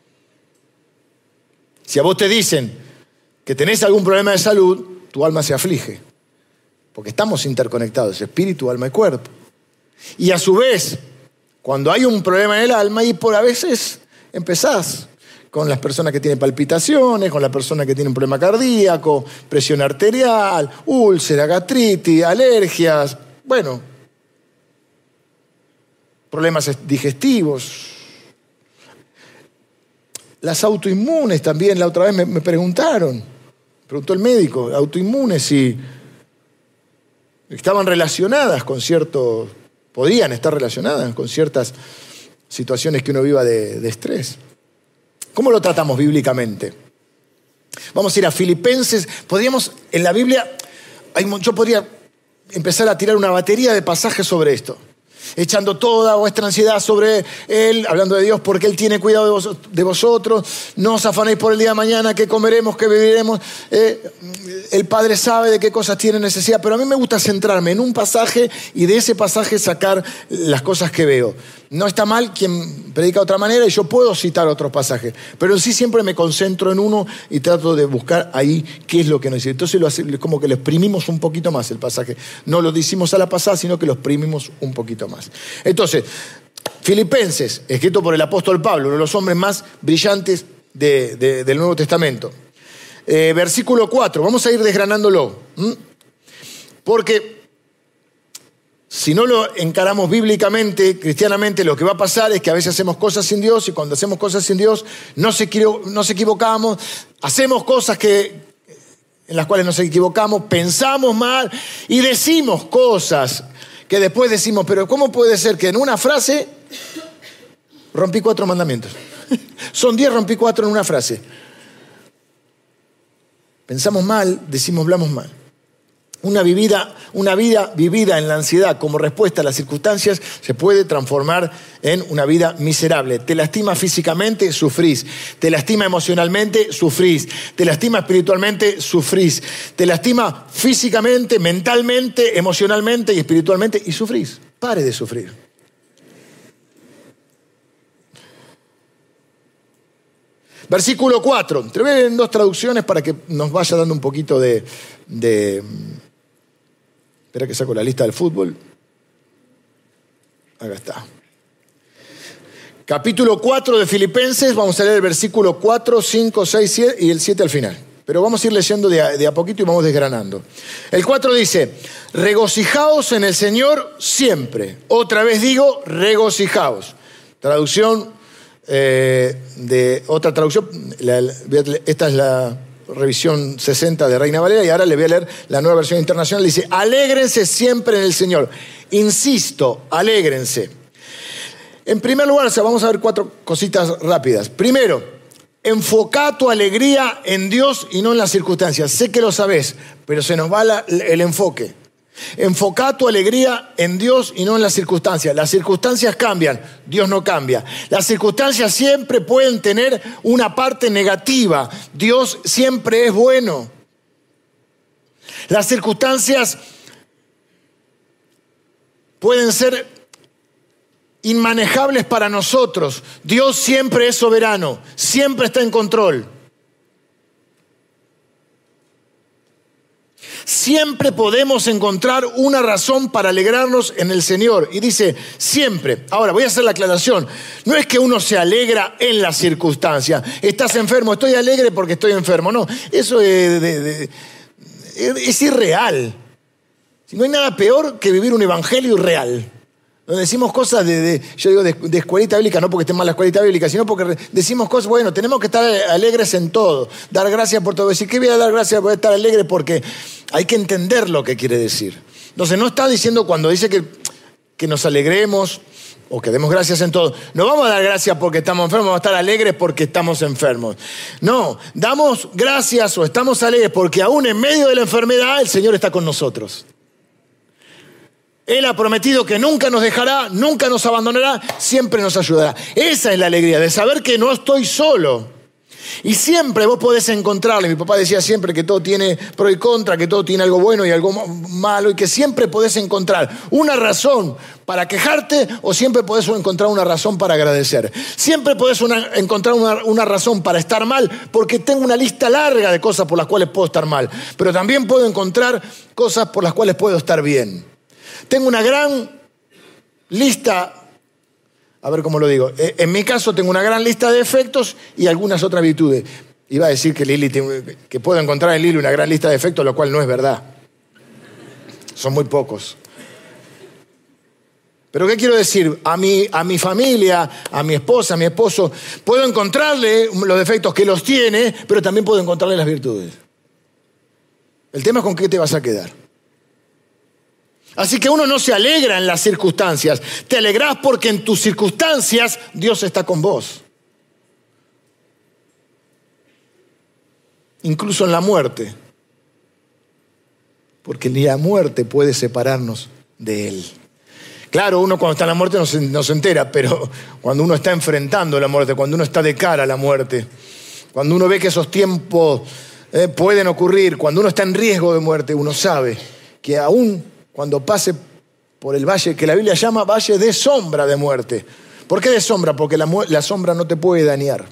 Si a vos te dicen que tenés algún problema de salud, tu alma se aflige. Porque estamos interconectados, espíritu, alma y cuerpo. Y a su vez, cuando hay un problema en el alma, y por a veces empezás con las personas que tienen palpitaciones, con las personas que tienen problema cardíaco, presión arterial, úlcera, gastritis, alergias, bueno, problemas digestivos. Las autoinmunes también, la otra vez me, me preguntaron, me preguntó el médico, autoinmunes si estaban relacionadas con ciertos, podían estar relacionadas con ciertas situaciones que uno viva de, de estrés. ¿Cómo lo tratamos bíblicamente? Vamos a ir a Filipenses. Podríamos, en la Biblia, hay, yo podría empezar a tirar una batería de pasajes sobre esto. Echando toda vuestra ansiedad sobre Él, hablando de Dios, porque Él tiene cuidado de, vos, de vosotros. No os afanéis por el día de mañana, qué comeremos, qué beberemos. Eh, el Padre sabe de qué cosas tiene necesidad. Pero a mí me gusta centrarme en un pasaje y de ese pasaje sacar las cosas que veo. No está mal quien predica de otra manera y yo puedo citar otros pasajes. Pero sí siempre me concentro en uno y trato de buscar ahí qué es lo que necesito. Entonces lo hace, como que lo exprimimos un poquito más el pasaje. No lo decimos a la pasada, sino que lo exprimimos un poquito más. Entonces, Filipenses, escrito por el apóstol Pablo, uno de los hombres más brillantes de, de, del Nuevo Testamento. Eh, versículo cuatro, vamos a ir desgranándolo. ¿Mm? Porque si no lo encaramos bíblicamente, cristianamente, lo que va a pasar es que a veces hacemos cosas sin Dios y cuando hacemos cosas sin Dios nos equivocamos, hacemos cosas que, en las cuales nos equivocamos, pensamos mal y decimos cosas que después decimos, pero ¿cómo puede ser que en una frase rompí cuatro mandamientos? Son diez, rompí cuatro en una frase. Pensamos mal, decimos, hablamos mal. Una, vivida, una vida vivida en la ansiedad como respuesta a las circunstancias se puede transformar en una vida miserable. Te lastima físicamente, sufrís. Te lastima emocionalmente, sufrís. Te lastima espiritualmente, sufrís. Te lastima físicamente, mentalmente, emocionalmente y espiritualmente y sufrís. Pare de sufrir. Versículo cuatro. Te voy a ver en dos traducciones para que nos vaya dando un poquito de... de Espera que saco la lista del fútbol. Acá está. Capítulo cuatro de Filipenses. Vamos a leer el versículo cuatro, cinco, seis, siete y el siete al final. Pero vamos a ir leyendo de a, de a poquito y vamos desgranando. El cuatro dice, regocijaos en el Señor siempre. Otra vez digo, regocijaos. Traducción eh, de otra traducción. La, la, esta es la revisión sesenta de Reina Valera, y ahora le voy a leer la nueva versión internacional. Dice: alégrense siempre en el Señor. Insisto, alégrense. En primer lugar, o sea, vamos a ver cuatro cositas rápidas. Primero, enfoca tu alegría en Dios y no en las circunstancias. Sé que lo sabés, pero se nos va la, el enfoque. Enfoca tu alegría en Dios y no en las circunstancias. Las circunstancias cambian, Dios no cambia. Las circunstancias siempre pueden tener una parte negativa. Dios siempre es bueno. Las circunstancias pueden ser inmanejables para nosotros. Dios siempre es soberano, siempre está en control. Siempre podemos encontrar una razón para alegrarnos en el Señor. Y dice siempre. Ahora voy a hacer la aclaración. No es que uno se alegra en la circunstancia. Estás enfermo, estoy alegre porque estoy enfermo. No, eso es, de, de, es irreal. No hay nada peor que vivir un evangelio irreal. Donde decimos cosas de, de yo digo de, de escuelita bíblica, no porque esté mal la escuelita bíblica, sino porque decimos cosas, bueno, tenemos que estar alegres en todo, dar gracias por todo. Decir, ¿qué voy a dar gracias por estar alegre? Porque hay que entender lo que quiere decir. Entonces no está diciendo cuando dice que, que nos alegremos o que demos gracias en todo. No vamos a dar gracias porque estamos enfermos, vamos a estar alegres porque estamos enfermos. No, damos gracias o estamos alegres porque aún en medio de la enfermedad el Señor está con nosotros. Él ha prometido que nunca nos dejará, nunca nos abandonará, siempre nos ayudará. Esa es la alegría, de saber que no estoy solo. Y siempre vos podés encontrarle. Mi papá decía siempre que todo tiene pro y contra, que todo tiene algo bueno y algo malo, y que siempre podés encontrar una razón para quejarte o siempre podés encontrar una razón para agradecer. Siempre podés una, encontrar una, una razón para estar mal, porque tengo una lista larga de cosas por las cuales puedo estar mal. Pero también puedo encontrar cosas por las cuales puedo estar bien. Tengo una gran lista, a ver cómo lo digo, en mi caso tengo una gran lista de defectos y algunas otras virtudes. Iba a decir que, Lili, que puedo encontrar en Lili una gran lista de defectos, lo cual no es verdad. Son muy pocos. Pero ¿qué quiero decir? A mi, a mi familia, a mi esposa, a mi esposo, puedo encontrarle los defectos que los tiene, pero también puedo encontrarle las virtudes. El tema es con qué te vas a quedar. Así que uno no se alegra en las circunstancias. Te alegrás porque en tus circunstancias Dios está con vos. Incluso en la muerte. Porque ni la muerte puede separarnos de Él. Claro, uno cuando está en la muerte no se, no se entera, pero cuando uno está enfrentando la muerte, cuando uno está de cara a la muerte, cuando uno ve que esos tiempos eh, pueden ocurrir, cuando uno está en riesgo de muerte, uno sabe que aún cuando pase por el valle que la Biblia llama valle de sombra de muerte. ¿Por qué de sombra? Porque la, la sombra no te puede dañar.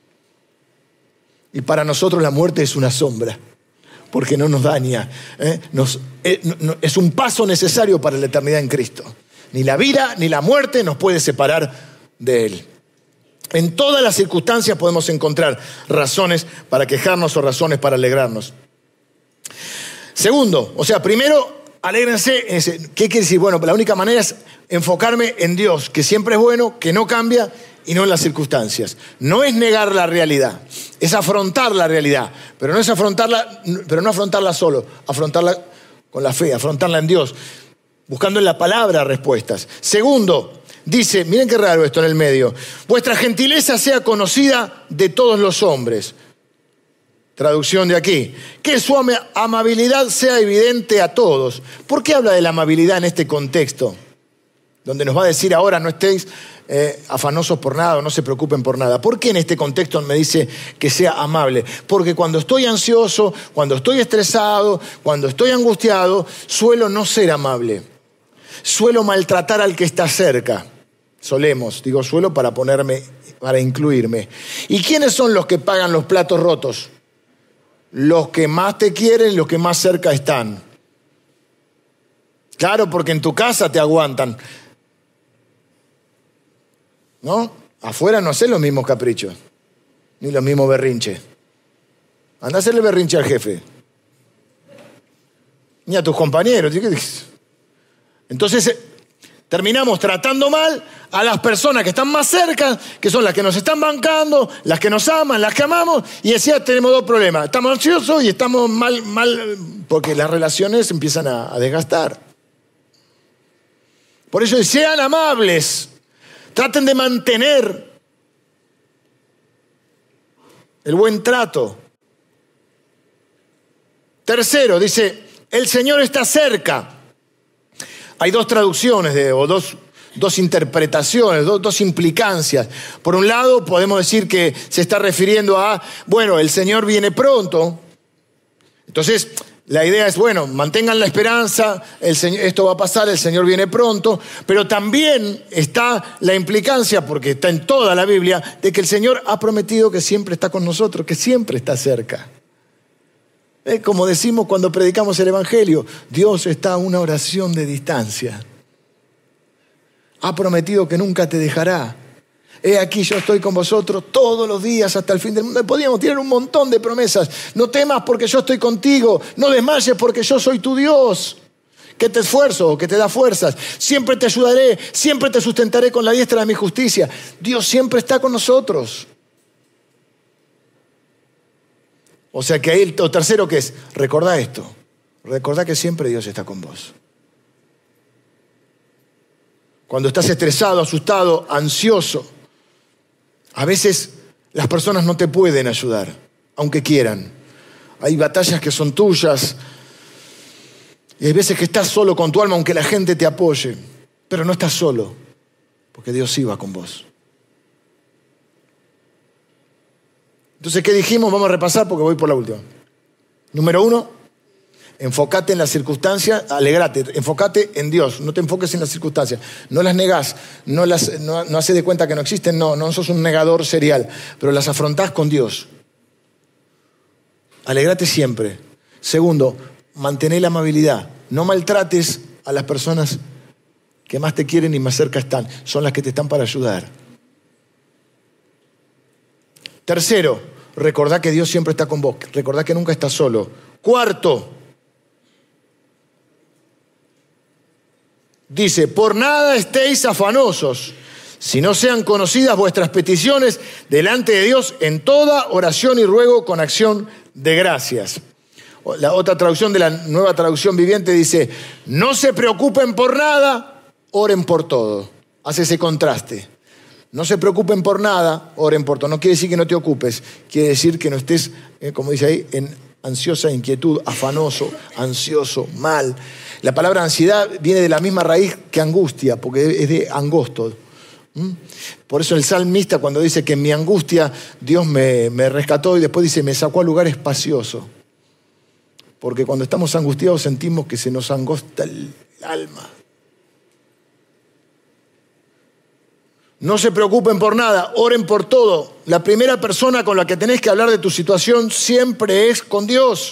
Y para nosotros la muerte es una sombra, porque no nos daña. ¿eh? Nos, eh, no, es un paso necesario para la eternidad en Cristo. Ni la vida ni la muerte nos puede separar de Él. En todas las circunstancias podemos encontrar razones para quejarnos o razones para alegrarnos. Segundo, o sea, primero, alégrense. ¿Qué quiere decir? Bueno, la única manera es enfocarme en Dios, que siempre es bueno, que no cambia y no en las circunstancias. No es negar la realidad, es afrontar la realidad, pero no es afrontarla, pero no afrontarla solo, afrontarla con la fe, afrontarla en Dios, buscando en la palabra respuestas. Segundo, dice, miren qué raro esto en el medio, vuestra gentileza sea conocida de todos los hombres. Traducción de aquí. Que su amabilidad sea evidente a todos. ¿Por qué habla de la amabilidad en este contexto? Donde nos va a decir ahora no estéis eh, afanosos por nada o no se preocupen por nada. ¿Por qué en este contexto me dice que sea amable? Porque cuando estoy ansioso, cuando estoy estresado, cuando estoy angustiado, suelo no ser amable. Suelo maltratar al que está cerca. Solemos, digo suelo para ponerme, para incluirme. ¿Y quiénes son los que pagan los platos rotos? Los que más te quieren, los que más cerca están. Claro, porque en tu casa te aguantan. ¿No? Afuera no haces los mismos caprichos, ni los mismos berrinches. Anda a hacerle berrinche al jefe. Ni a tus compañeros. Entonces, terminamos tratando mal a las personas que están más cerca, que son las que nos están bancando, las que nos aman, las que amamos, y decía, tenemos dos problemas. Estamos ansiosos y estamos mal, mal porque las relaciones empiezan a, a desgastar. Por eso sean amables, traten de mantener el buen trato. Tercero, dice, el Señor está cerca. Hay dos traducciones de, o dos, dos interpretaciones, dos, dos implicancias. Por un lado, podemos decir que se está refiriendo a, bueno, el Señor viene pronto. Entonces, la idea es, bueno, mantengan la esperanza, el Señor, esto va a pasar, el Señor viene pronto. Pero también está la implicancia, porque está en toda la Biblia, de que el Señor ha prometido que siempre está con nosotros, que siempre está cerca. Es como decimos cuando predicamos el Evangelio, Dios está a una oración de distancia. Ha prometido que nunca te dejará. He aquí yo estoy con vosotros todos los días hasta el fin del mundo. Podríamos tener un montón de promesas. No temas porque yo estoy contigo. No desmayes porque yo soy tu Dios, que te esfuerzo, que te da fuerzas. Siempre te ayudaré, siempre te sustentaré con la diestra de mi justicia. Dios siempre está con nosotros. O sea que ahí el tercero que es, recordá esto, recordá que siempre Dios está con vos. Cuando estás estresado, asustado, ansioso, a veces las personas no te pueden ayudar, aunque quieran. Hay batallas que son tuyas y hay veces que estás solo con tu alma, aunque la gente te apoye, pero no estás solo, porque Dios sí va con vos. Entonces, ¿qué dijimos? Vamos a repasar porque voy por la última. Número uno, enfócate en las circunstancias, alegrate, enfócate en Dios, no te enfoques en las circunstancias, no las negás, no, las, no, no haces de cuenta que no existen, no, no sos un negador serial, pero las afrontás con Dios. Alegrate siempre. Segundo, mantén la amabilidad, no maltrates a las personas que más te quieren y más cerca están, son las que te están para ayudar. Tercero, recordá que Dios siempre está con vos. Recordá que nunca estás solo. Cuarto, dice, por nada estéis afanosos, si no sean conocidas vuestras peticiones delante de Dios en toda oración y ruego con acción de gracias. La otra traducción de la Nueva Traducción Viviente dice, no se preocupen por nada, oren por todo. Hace ese contraste. No se preocupen por nada, oren por todo. No quiere decir que no te ocupes, quiere decir que no estés, eh, como dice ahí, en ansiosa inquietud, afanoso, ansioso, mal. La palabra ansiedad viene de la misma raíz que angustia, porque es de angosto. ¿Mm? Por eso el salmista cuando dice que en mi angustia Dios me, me rescató y después dice, me sacó a lugar espacioso. Porque cuando estamos angustiados sentimos que se nos angosta el alma. No se preocupen por nada, oren por todo. La primera persona con la que tenés que hablar de tu situación siempre es con Dios.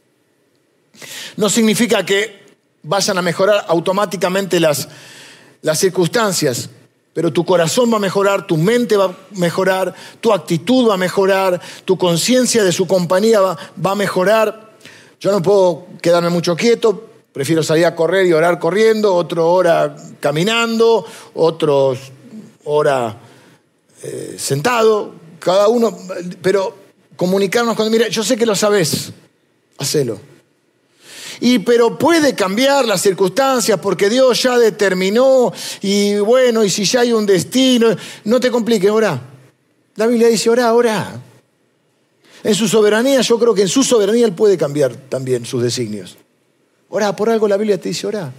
No significa que vayan a mejorar automáticamente las, las circunstancias, pero tu corazón va a mejorar, tu mente va a mejorar, tu actitud va a mejorar, tu conciencia de su compañía va, va a mejorar. Yo no puedo quedarme mucho quieto, prefiero salir a correr y orar corriendo, otro hora caminando, otros hora eh, sentado, cada uno, pero comunicarnos con, mira, yo sé que lo sabés, hacelo. Y pero puede cambiar las circunstancias porque Dios ya determinó y bueno, y si ya hay un destino, no te compliques, orá. La Biblia dice orá, orá. En su soberanía, yo creo que en su soberanía Él puede cambiar también sus designios. Orá, por algo la Biblia te dice orá.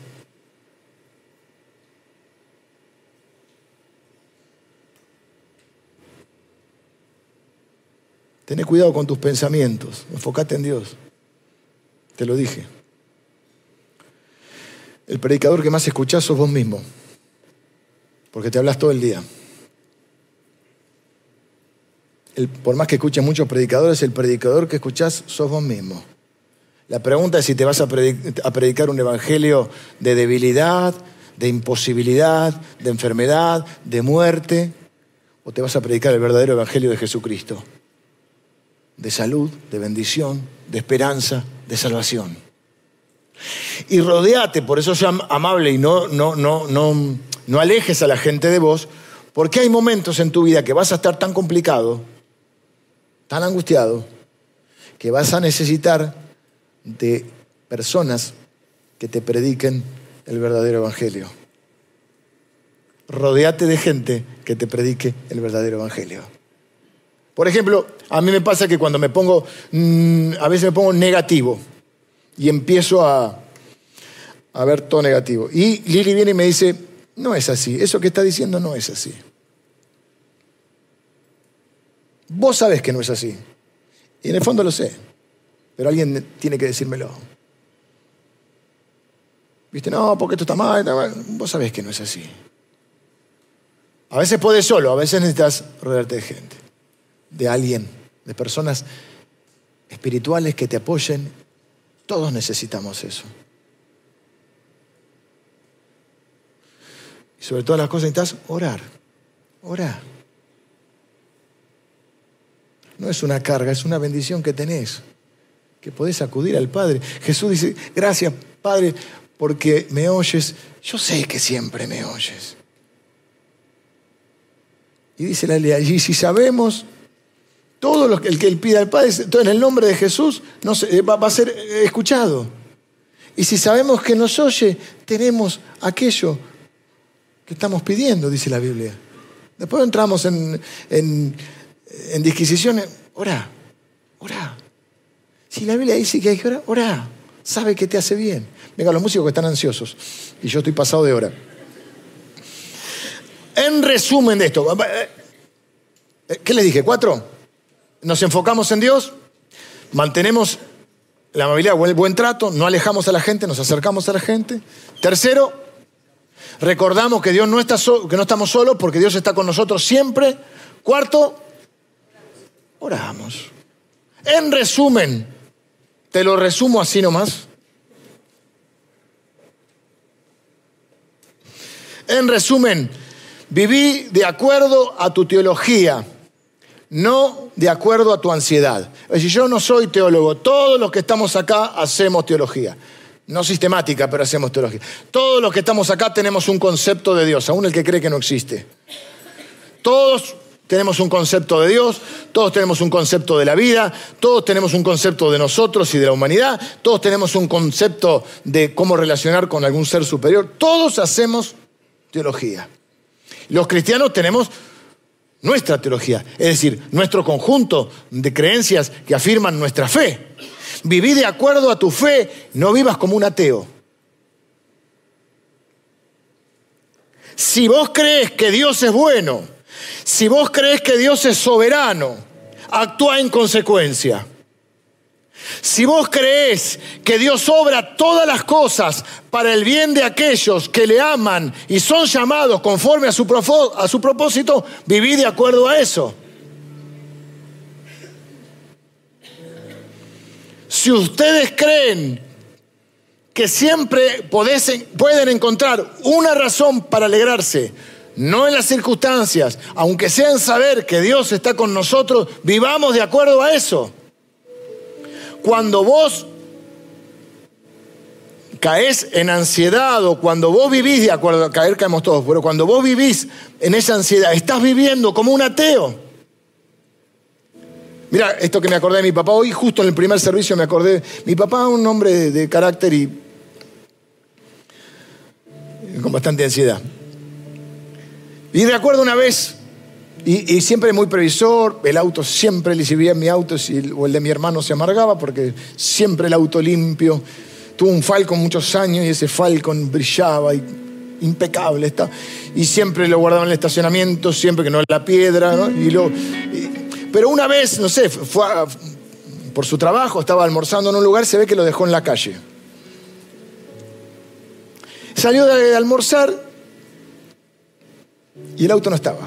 Tené cuidado con tus pensamientos, enfócate en Dios. Te lo dije. El predicador que más escuchás sos vos mismo, porque te hablas todo el día. El, por más que escuches muchos predicadores, el predicador que escuchás sos vos mismo. La pregunta es si te vas a predicar, a predicar un evangelio de debilidad, de imposibilidad, de enfermedad, de muerte, o te vas a predicar el verdadero evangelio de Jesucristo. De salud, de bendición, de esperanza, de salvación. Y rodeate, por eso sea amable y no, no, no, no, no alejes a la gente de vos, porque hay momentos en tu vida que vas a estar tan complicado, tan angustiado, que vas a necesitar de personas que te prediquen el verdadero evangelio. Rodéate de gente que te predique el verdadero evangelio. Por ejemplo, a mí me pasa que cuando me pongo, mmm, a veces me pongo negativo y empiezo a, a ver todo negativo. Y Lili viene y me dice, no es así, eso que está diciendo no es así. Vos sabés que no es así. Y en el fondo lo sé, pero alguien tiene que decírmelo. ¿Viste? No, porque esto está mal, está mal. Vos sabés que no es así. A veces podés solo, a veces necesitas rodearte de gente, de alguien, de personas espirituales que te apoyen. Todos necesitamos eso. Y sobre todas las cosas necesitas orar. Orar. No es una carga, es una bendición que tenés, que podés acudir al Padre. Jesús dice, gracias, Padre, porque me oyes. Yo sé que siempre me oyes. Y dice la ley allí, si sabemos, todo lo que el que él pida al Padre, todo en el nombre de Jesús, no se, va, va a ser escuchado. Y si sabemos que nos oye, tenemos aquello que estamos pidiendo, dice la Biblia. Después entramos en, en, en disquisiciones. Orá, orá. Si la Biblia dice que hay que orar, orá. Sabe que te hace bien. Venga, los músicos que están ansiosos. Y yo estoy pasado de hora. En resumen de esto, ¿qué les dije? ¿Cuatro? Nos enfocamos en Dios, mantenemos la amabilidad o el buen trato, no alejamos a la gente, nos acercamos a la gente. Tercero, recordamos que Dios no está so- que no estamos solos porque Dios está con nosotros siempre. Cuarto, oramos. En resumen, te lo resumo así nomás. En resumen, viví de acuerdo a tu teología, no de acuerdo a tu ansiedad. Es decir, yo no soy teólogo. Todos los que estamos acá hacemos teología. No sistemática, pero hacemos teología. Todos los que estamos acá tenemos un concepto de Dios, aún el que cree que no existe. Todos tenemos un concepto de Dios, todos tenemos un concepto de la vida, todos tenemos un concepto de nosotros y de la humanidad, todos tenemos un concepto de cómo relacionar con algún ser superior. Todos hacemos teología. Los cristianos tenemos nuestra teología, es decir, nuestro conjunto de creencias que afirman nuestra fe. Viví de acuerdo a tu fe, no vivas como un ateo. Si vos crees que Dios es bueno, si vos crees que Dios es soberano, actúa en consecuencia. Si vos creés que Dios obra todas las cosas para el bien de aquellos que le aman y son llamados conforme a su, profo- a su propósito, viví de acuerdo a eso. Si ustedes creen que siempre podés, pueden encontrar una razón para alegrarse, no en las circunstancias, aunque sea en saber que Dios está con nosotros, vivamos de acuerdo a eso. Cuando vos caes en ansiedad o cuando vos vivís, de acuerdo, a caer caemos todos, pero cuando vos vivís en esa ansiedad, estás viviendo como un ateo. Mira, esto que me acordé de mi papá, hoy justo en el primer servicio me acordé, mi papá un hombre de, de carácter y con bastante ansiedad. Y recuerdo una vez, y, y siempre muy previsor, el auto siempre le servía en mi auto, si, o el de mi hermano se amargaba porque siempre el auto limpio. Tuvo un Falcon muchos años y ese Falcon brillaba y impecable está. Y siempre lo guardaba en el estacionamiento, siempre que no en la piedra, ¿no? Y lo, y, pero una vez, no sé, fue a, por su trabajo, estaba almorzando en un lugar, se ve que lo dejó en la calle. Salió de almorzar y el auto no estaba.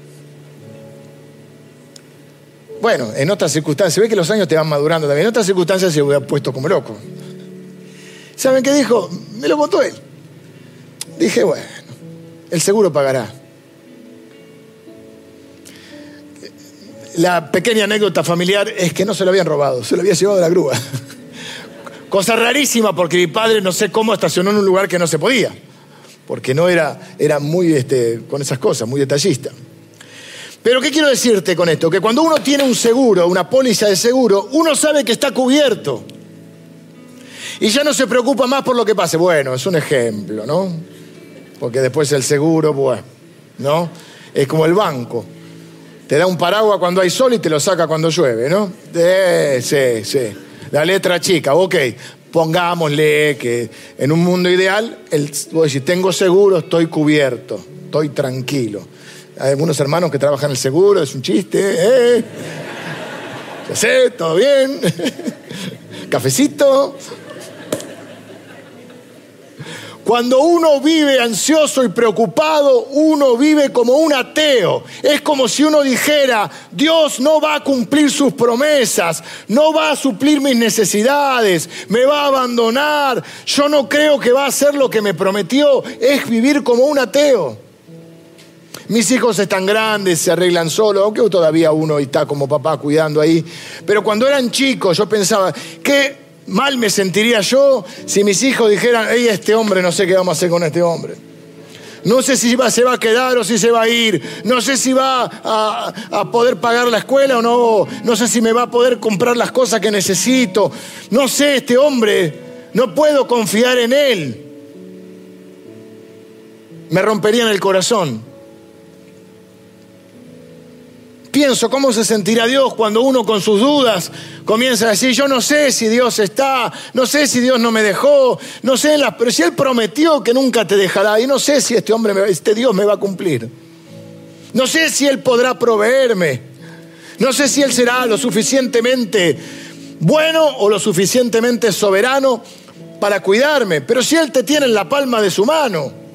Bueno, en otras circunstancias, se ve que los años te van madurando también. En otras circunstancias se hubiera puesto como loco. ¿Saben qué dijo? Me lo contó él. Dije, bueno, el seguro pagará. La pequeña anécdota familiar es que no se lo habían robado, se lo había llevado la grúa. Cosa rarísima porque mi padre no sé cómo estacionó en un lugar que no se podía. Porque no era, era muy, este, con esas cosas, muy detallista. Pero ¿qué quiero decirte con esto? Que cuando uno tiene un seguro, una póliza de seguro, uno sabe que está cubierto. Y ya no se preocupa más por lo que pase. Bueno, es un ejemplo, ¿no? Porque después el seguro, bueno, ¿no? Es como el banco. Te da un paraguas cuando hay sol y te lo saca cuando llueve, ¿no? Eh, sí, sí. La letra chica, ok. Pongámosle que en un mundo ideal, el, vos decís, tengo seguro, estoy cubierto, estoy tranquilo. Hay algunos hermanos que trabajan el seguro, es un chiste, ¿eh? Ya sé, todo bien. Cafecito. Cuando uno vive ansioso y preocupado, uno vive como un ateo. Es como si uno dijera, Dios no va a cumplir sus promesas, no va a suplir mis necesidades, me va a abandonar, yo no creo que va a hacer lo que me prometió. Es vivir como un ateo. Mis hijos están grandes, se arreglan solos, aunque todavía uno está como papá cuidando ahí. Pero cuando eran chicos yo pensaba, ¿qué mal me sentiría yo si mis hijos dijeran, hey, este hombre, no sé qué vamos a hacer con este hombre? No sé si va, se va a quedar o si se va a ir. No sé si va a, a poder pagar la escuela o no. No sé si me va a poder comprar las cosas que necesito. No sé, este hombre, no puedo confiar en él. Me romperían el corazón. Pienso cómo se sentirá Dios cuando uno con sus dudas comienza a decir, yo no sé si Dios está, no sé si Dios no me dejó, no sé, pero si Él prometió que nunca te dejará, y no sé si este hombre, me, este Dios me va a cumplir. No sé si Él podrá proveerme. No sé si Él será lo suficientemente bueno o lo suficientemente soberano para cuidarme. Pero si Él te tiene en la palma de su mano.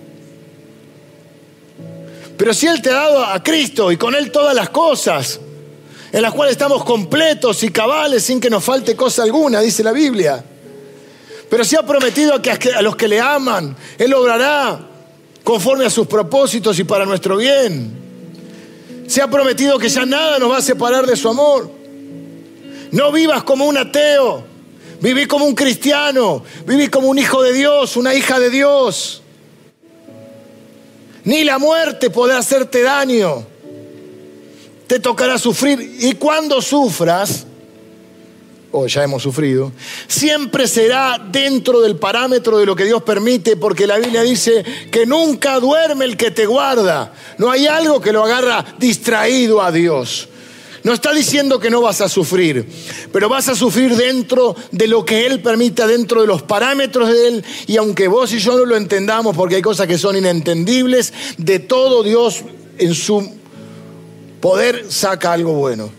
Pero si Él te ha dado a Cristo y con Él todas las cosas, en las cuales estamos completos y cabales sin que nos falte cosa alguna, dice la Biblia. Pero si ha prometido a, que a los que le aman, Él obrará conforme a sus propósitos y para nuestro bien. Se ha prometido que ya nada nos va a separar de su amor. No vivas como un ateo, viví como un cristiano, viví como un hijo de Dios, una hija de Dios. Ni la muerte podrá hacerte daño. Te tocará sufrir. Y cuando sufras, o ya hemos sufrido, siempre será dentro del parámetro de lo que Dios permite, porque la Biblia dice que nunca duerme el que te guarda. No hay algo que lo agarra distraído a Dios. No está diciendo que no vas a sufrir, pero vas a sufrir dentro de lo que Él permita, dentro de los parámetros de Él. Y aunque vos y yo no lo entendamos, porque hay cosas que son inentendibles, de todo Dios en su poder saca algo bueno.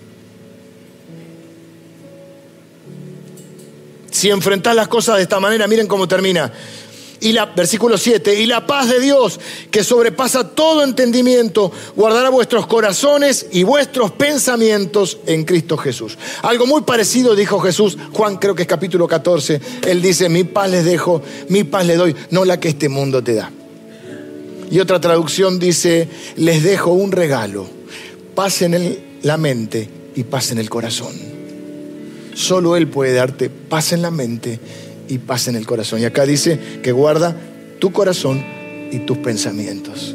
Si enfrentás las cosas de esta manera, miren cómo termina. Y la, versículo siete, y la paz de Dios, que sobrepasa todo entendimiento, guardará vuestros corazones y vuestros pensamientos en Cristo Jesús. Algo muy parecido dijo Jesús, Juan creo que es capítulo catorce, Él dice, mi paz les dejo, mi paz les doy, no la que este mundo te da. Y otra traducción dice, les dejo un regalo, paz en el, la mente y paz en el corazón. Solo Él puede darte paz en la mente y paz en el corazón. Y acá dice que guarda tu corazón y tus pensamientos.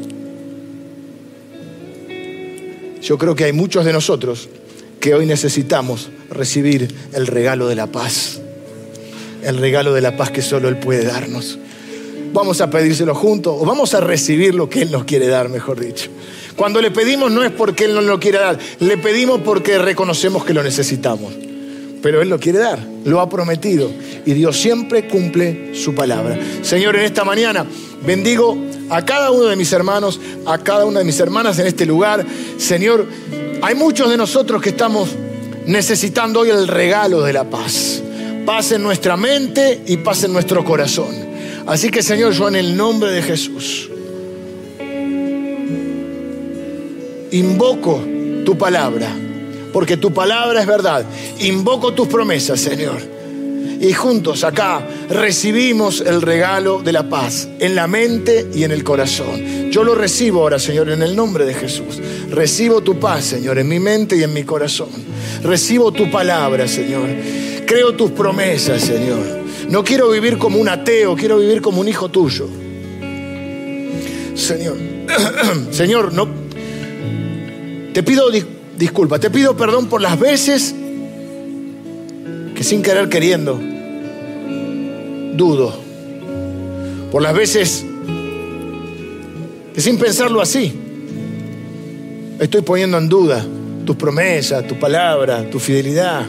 Yo creo que hay muchos de nosotros que hoy necesitamos recibir el regalo de la paz. El regalo de la paz que solo Él puede darnos. Vamos a pedírselo juntos o vamos a recibir lo que Él nos quiere dar, mejor dicho. Cuando le pedimos no es porque Él no lo quiere dar, le pedimos porque reconocemos que lo necesitamos. Pero Él lo quiere dar, lo ha prometido. Y Dios siempre cumple su palabra. Señor, en esta mañana bendigo a cada uno de mis hermanos, a cada una de mis hermanas en este lugar. Señor, hay muchos de nosotros que estamos necesitando hoy el regalo de la paz. Paz en nuestra mente y paz en nuestro corazón. Así que, Señor, yo en el nombre de Jesús invoco tu palabra. Porque tu palabra es verdad. Invoco tus promesas, Señor. Y juntos acá recibimos el regalo de la paz en la mente y en el corazón. Yo lo recibo ahora, Señor, en el nombre de Jesús. Recibo tu paz, Señor, en mi mente y en mi corazón. Recibo tu palabra, Señor. Creo tus promesas, Señor. No quiero vivir como un ateo, quiero vivir como un hijo tuyo. Señor, Señor, no, te pido dis- disculpa, te pido perdón por las veces que sin querer queriendo dudo, por las veces que sin pensarlo así estoy poniendo en duda tus promesas, tu palabra, tu fidelidad.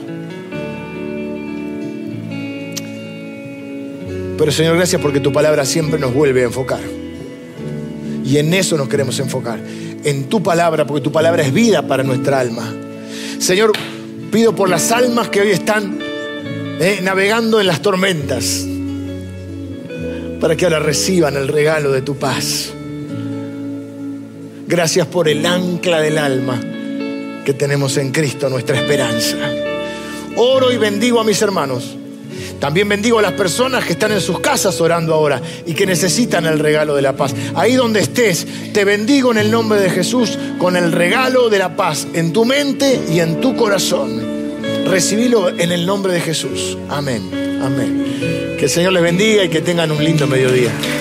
Pero Señor, gracias porque tu palabra siempre nos vuelve a enfocar. Y en eso nos queremos enfocar, en tu palabra, porque tu palabra es vida para nuestra alma. Señor, pido por las almas que hoy están eh, navegando en las tormentas, para que ahora reciban el regalo de tu paz. Gracias por el ancla del alma que tenemos en Cristo, nuestra esperanza. Oro y bendigo a mis hermanos. También bendigo a las personas que están en sus casas orando ahora y que necesitan el regalo de la paz. Ahí donde estés, te bendigo en el nombre de Jesús con el regalo de la paz en tu mente y en tu corazón. Recibilo en el nombre de Jesús. Amén. Amén. Que el Señor les bendiga y que tengan un lindo mediodía.